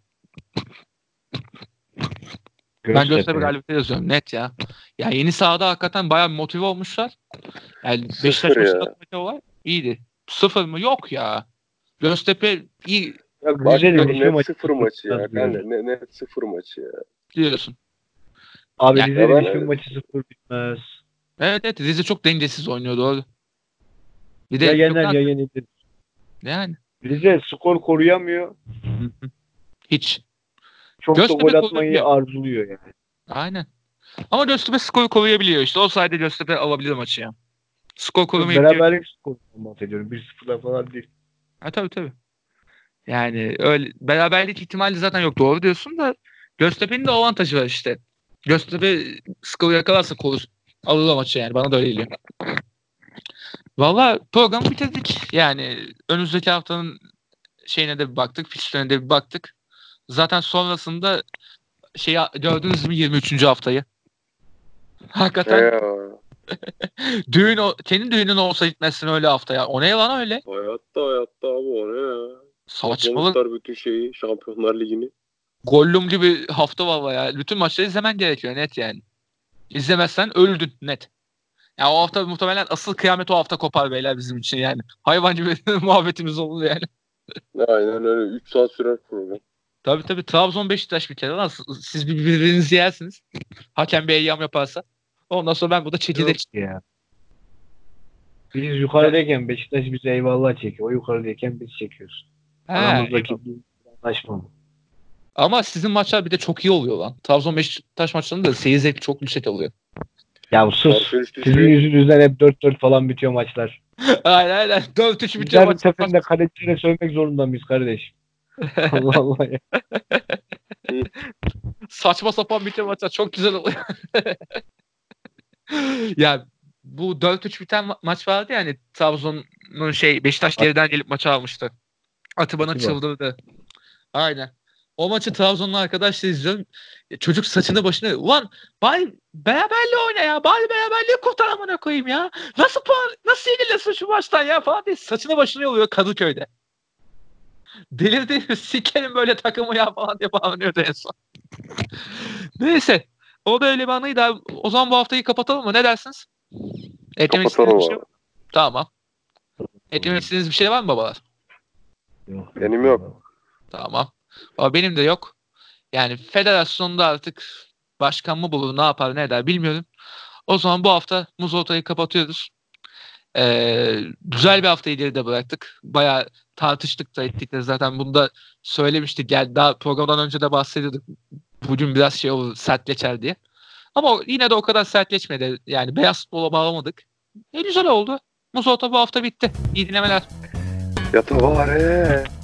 Ben Göztepe galibiyeti yazıyorum net ya. Ya yeni sahada hakikaten bayağı motive olmuşlar. Yani Beşiktaş maçı var. İyiydi. 0 mı? Yok ya. Göztepe iyi. Bak net 0 maçı ya. Net 0 maçı ya. Diyorsun. Abi yani, Rize'nin hiçbir maçı 0 bitmez. Evet Rize çok dengesiz oynuyor doğru. Bir de ya yenilir. Yani. Rize skor koruyamıyor. Hiç. Çok da gol atmayı arzuluyor yani. Aynen. Ama Göztepe skoru koruyabiliyor işte. O sayede Göztepe alabilir maçı ya. Skor korumayı beraberlik skorundan bahsediyorum. 1-0'lar falan değil. Ha tabii. Yani öyle beraberlik ihtimali zaten yok. Doğru diyorsun da Göztepe'nin de avantajı var işte. Göztepe skoru yakalarsa alır o maçı yani. Bana da öyle geliyor. Valla programı bitirdik. Yani önümüzdeki haftanın şeyine de bir baktık. Fikstürüne de bir baktık. Zaten sonrasında gördünüz mü 23. haftayı? Hakikaten senin düğünün olsa gitmezsin öyle haftaya. O ne lan öyle? Hayatta abi o ne ya? Saçmalık. Bütün şeyi Şampiyonlar Ligi'ni. Gollum gibi hafta valla ya. Bütün maçları izlemen gerekiyor net yani. İzlemezsen öldün net. Ya o hafta muhtemelen asıl kıyamet o hafta kopar beyler bizim için yani. Hayvancı bir muhabbetimiz olur yani. Aynen öyle. 3 saat sürer program. Tabii Trabzon Beşiktaş bir kere lan. Siz birbirinizi yersiniz. Hakem bir eyyam yaparsa. Ondan sonra ben burada çekirdek. Ya. Biz yukarıdayken Beşiktaş bize eyvallah çekiyor. O yukarıdayken biz çekiyoruz. Aramızdaki bir anlaşma mı? Ama sizin maçlar bir de çok iyi oluyor lan. Trabzon Beşiktaş maçlarında da seyir zevki çok yüksek oluyor. Ya sus. Sizin yüzünüzden hep 4-4 falan bitiyor maçlar. Aynen. 4-3 bitiyor Her maç. seferinde kalecilere sövmek zorunda mıyız kardeşim? Allah Allah ya. Saçma sapan bitiyor maçlar. Çok güzel oluyor. Ya bu 4-3 biten maç vardı ya hani Trabzon'un Beşiktaş geriden gelip maçı almıştı. Atiba çıldırdı. Aynen. O maçı Trabzon'la arkadaşlar izliyorum. Çocuk saçını başına ulan bari beraberliği oyna ya. Bari beraberliği kurtar amına koyayım ya. Nasıl yenilirsin şu maçtan ya falan diye saçını başına yoluyor Kadıköy'de. Delirdi. Sikerim böyle takımı ya falan diye bağırıyordu en son. Neyse. O da öyle bir anıydı. O zaman bu haftayı kapatalım mı? Ne dersiniz? Eklemek istediğiniz bir şey var mı? Tamam. Eklemek istediğiniz bir şey var mı babalar? Yok, benim yok. Tamam. Ama benim de yok. Yani federasyonda artık başkan mı bulur, ne yapar, ne eder bilmiyorum. O zaman bu hafta Muz Ortayı kapatıyoruz. Güzel bir haftayı geride bıraktık. Bayağı tartıştık da ettik de zaten bunu da söylemiştik. Yani daha programdan önce de bahsediyorduk. Bugün biraz olur, sertleşer diye. Ama yine de o kadar sertleşmedi. Yani beyaz futbola bağlamadık. Güzel oldu. Muz Orta bu hafta bitti. İyi dinlemeler. Yatı var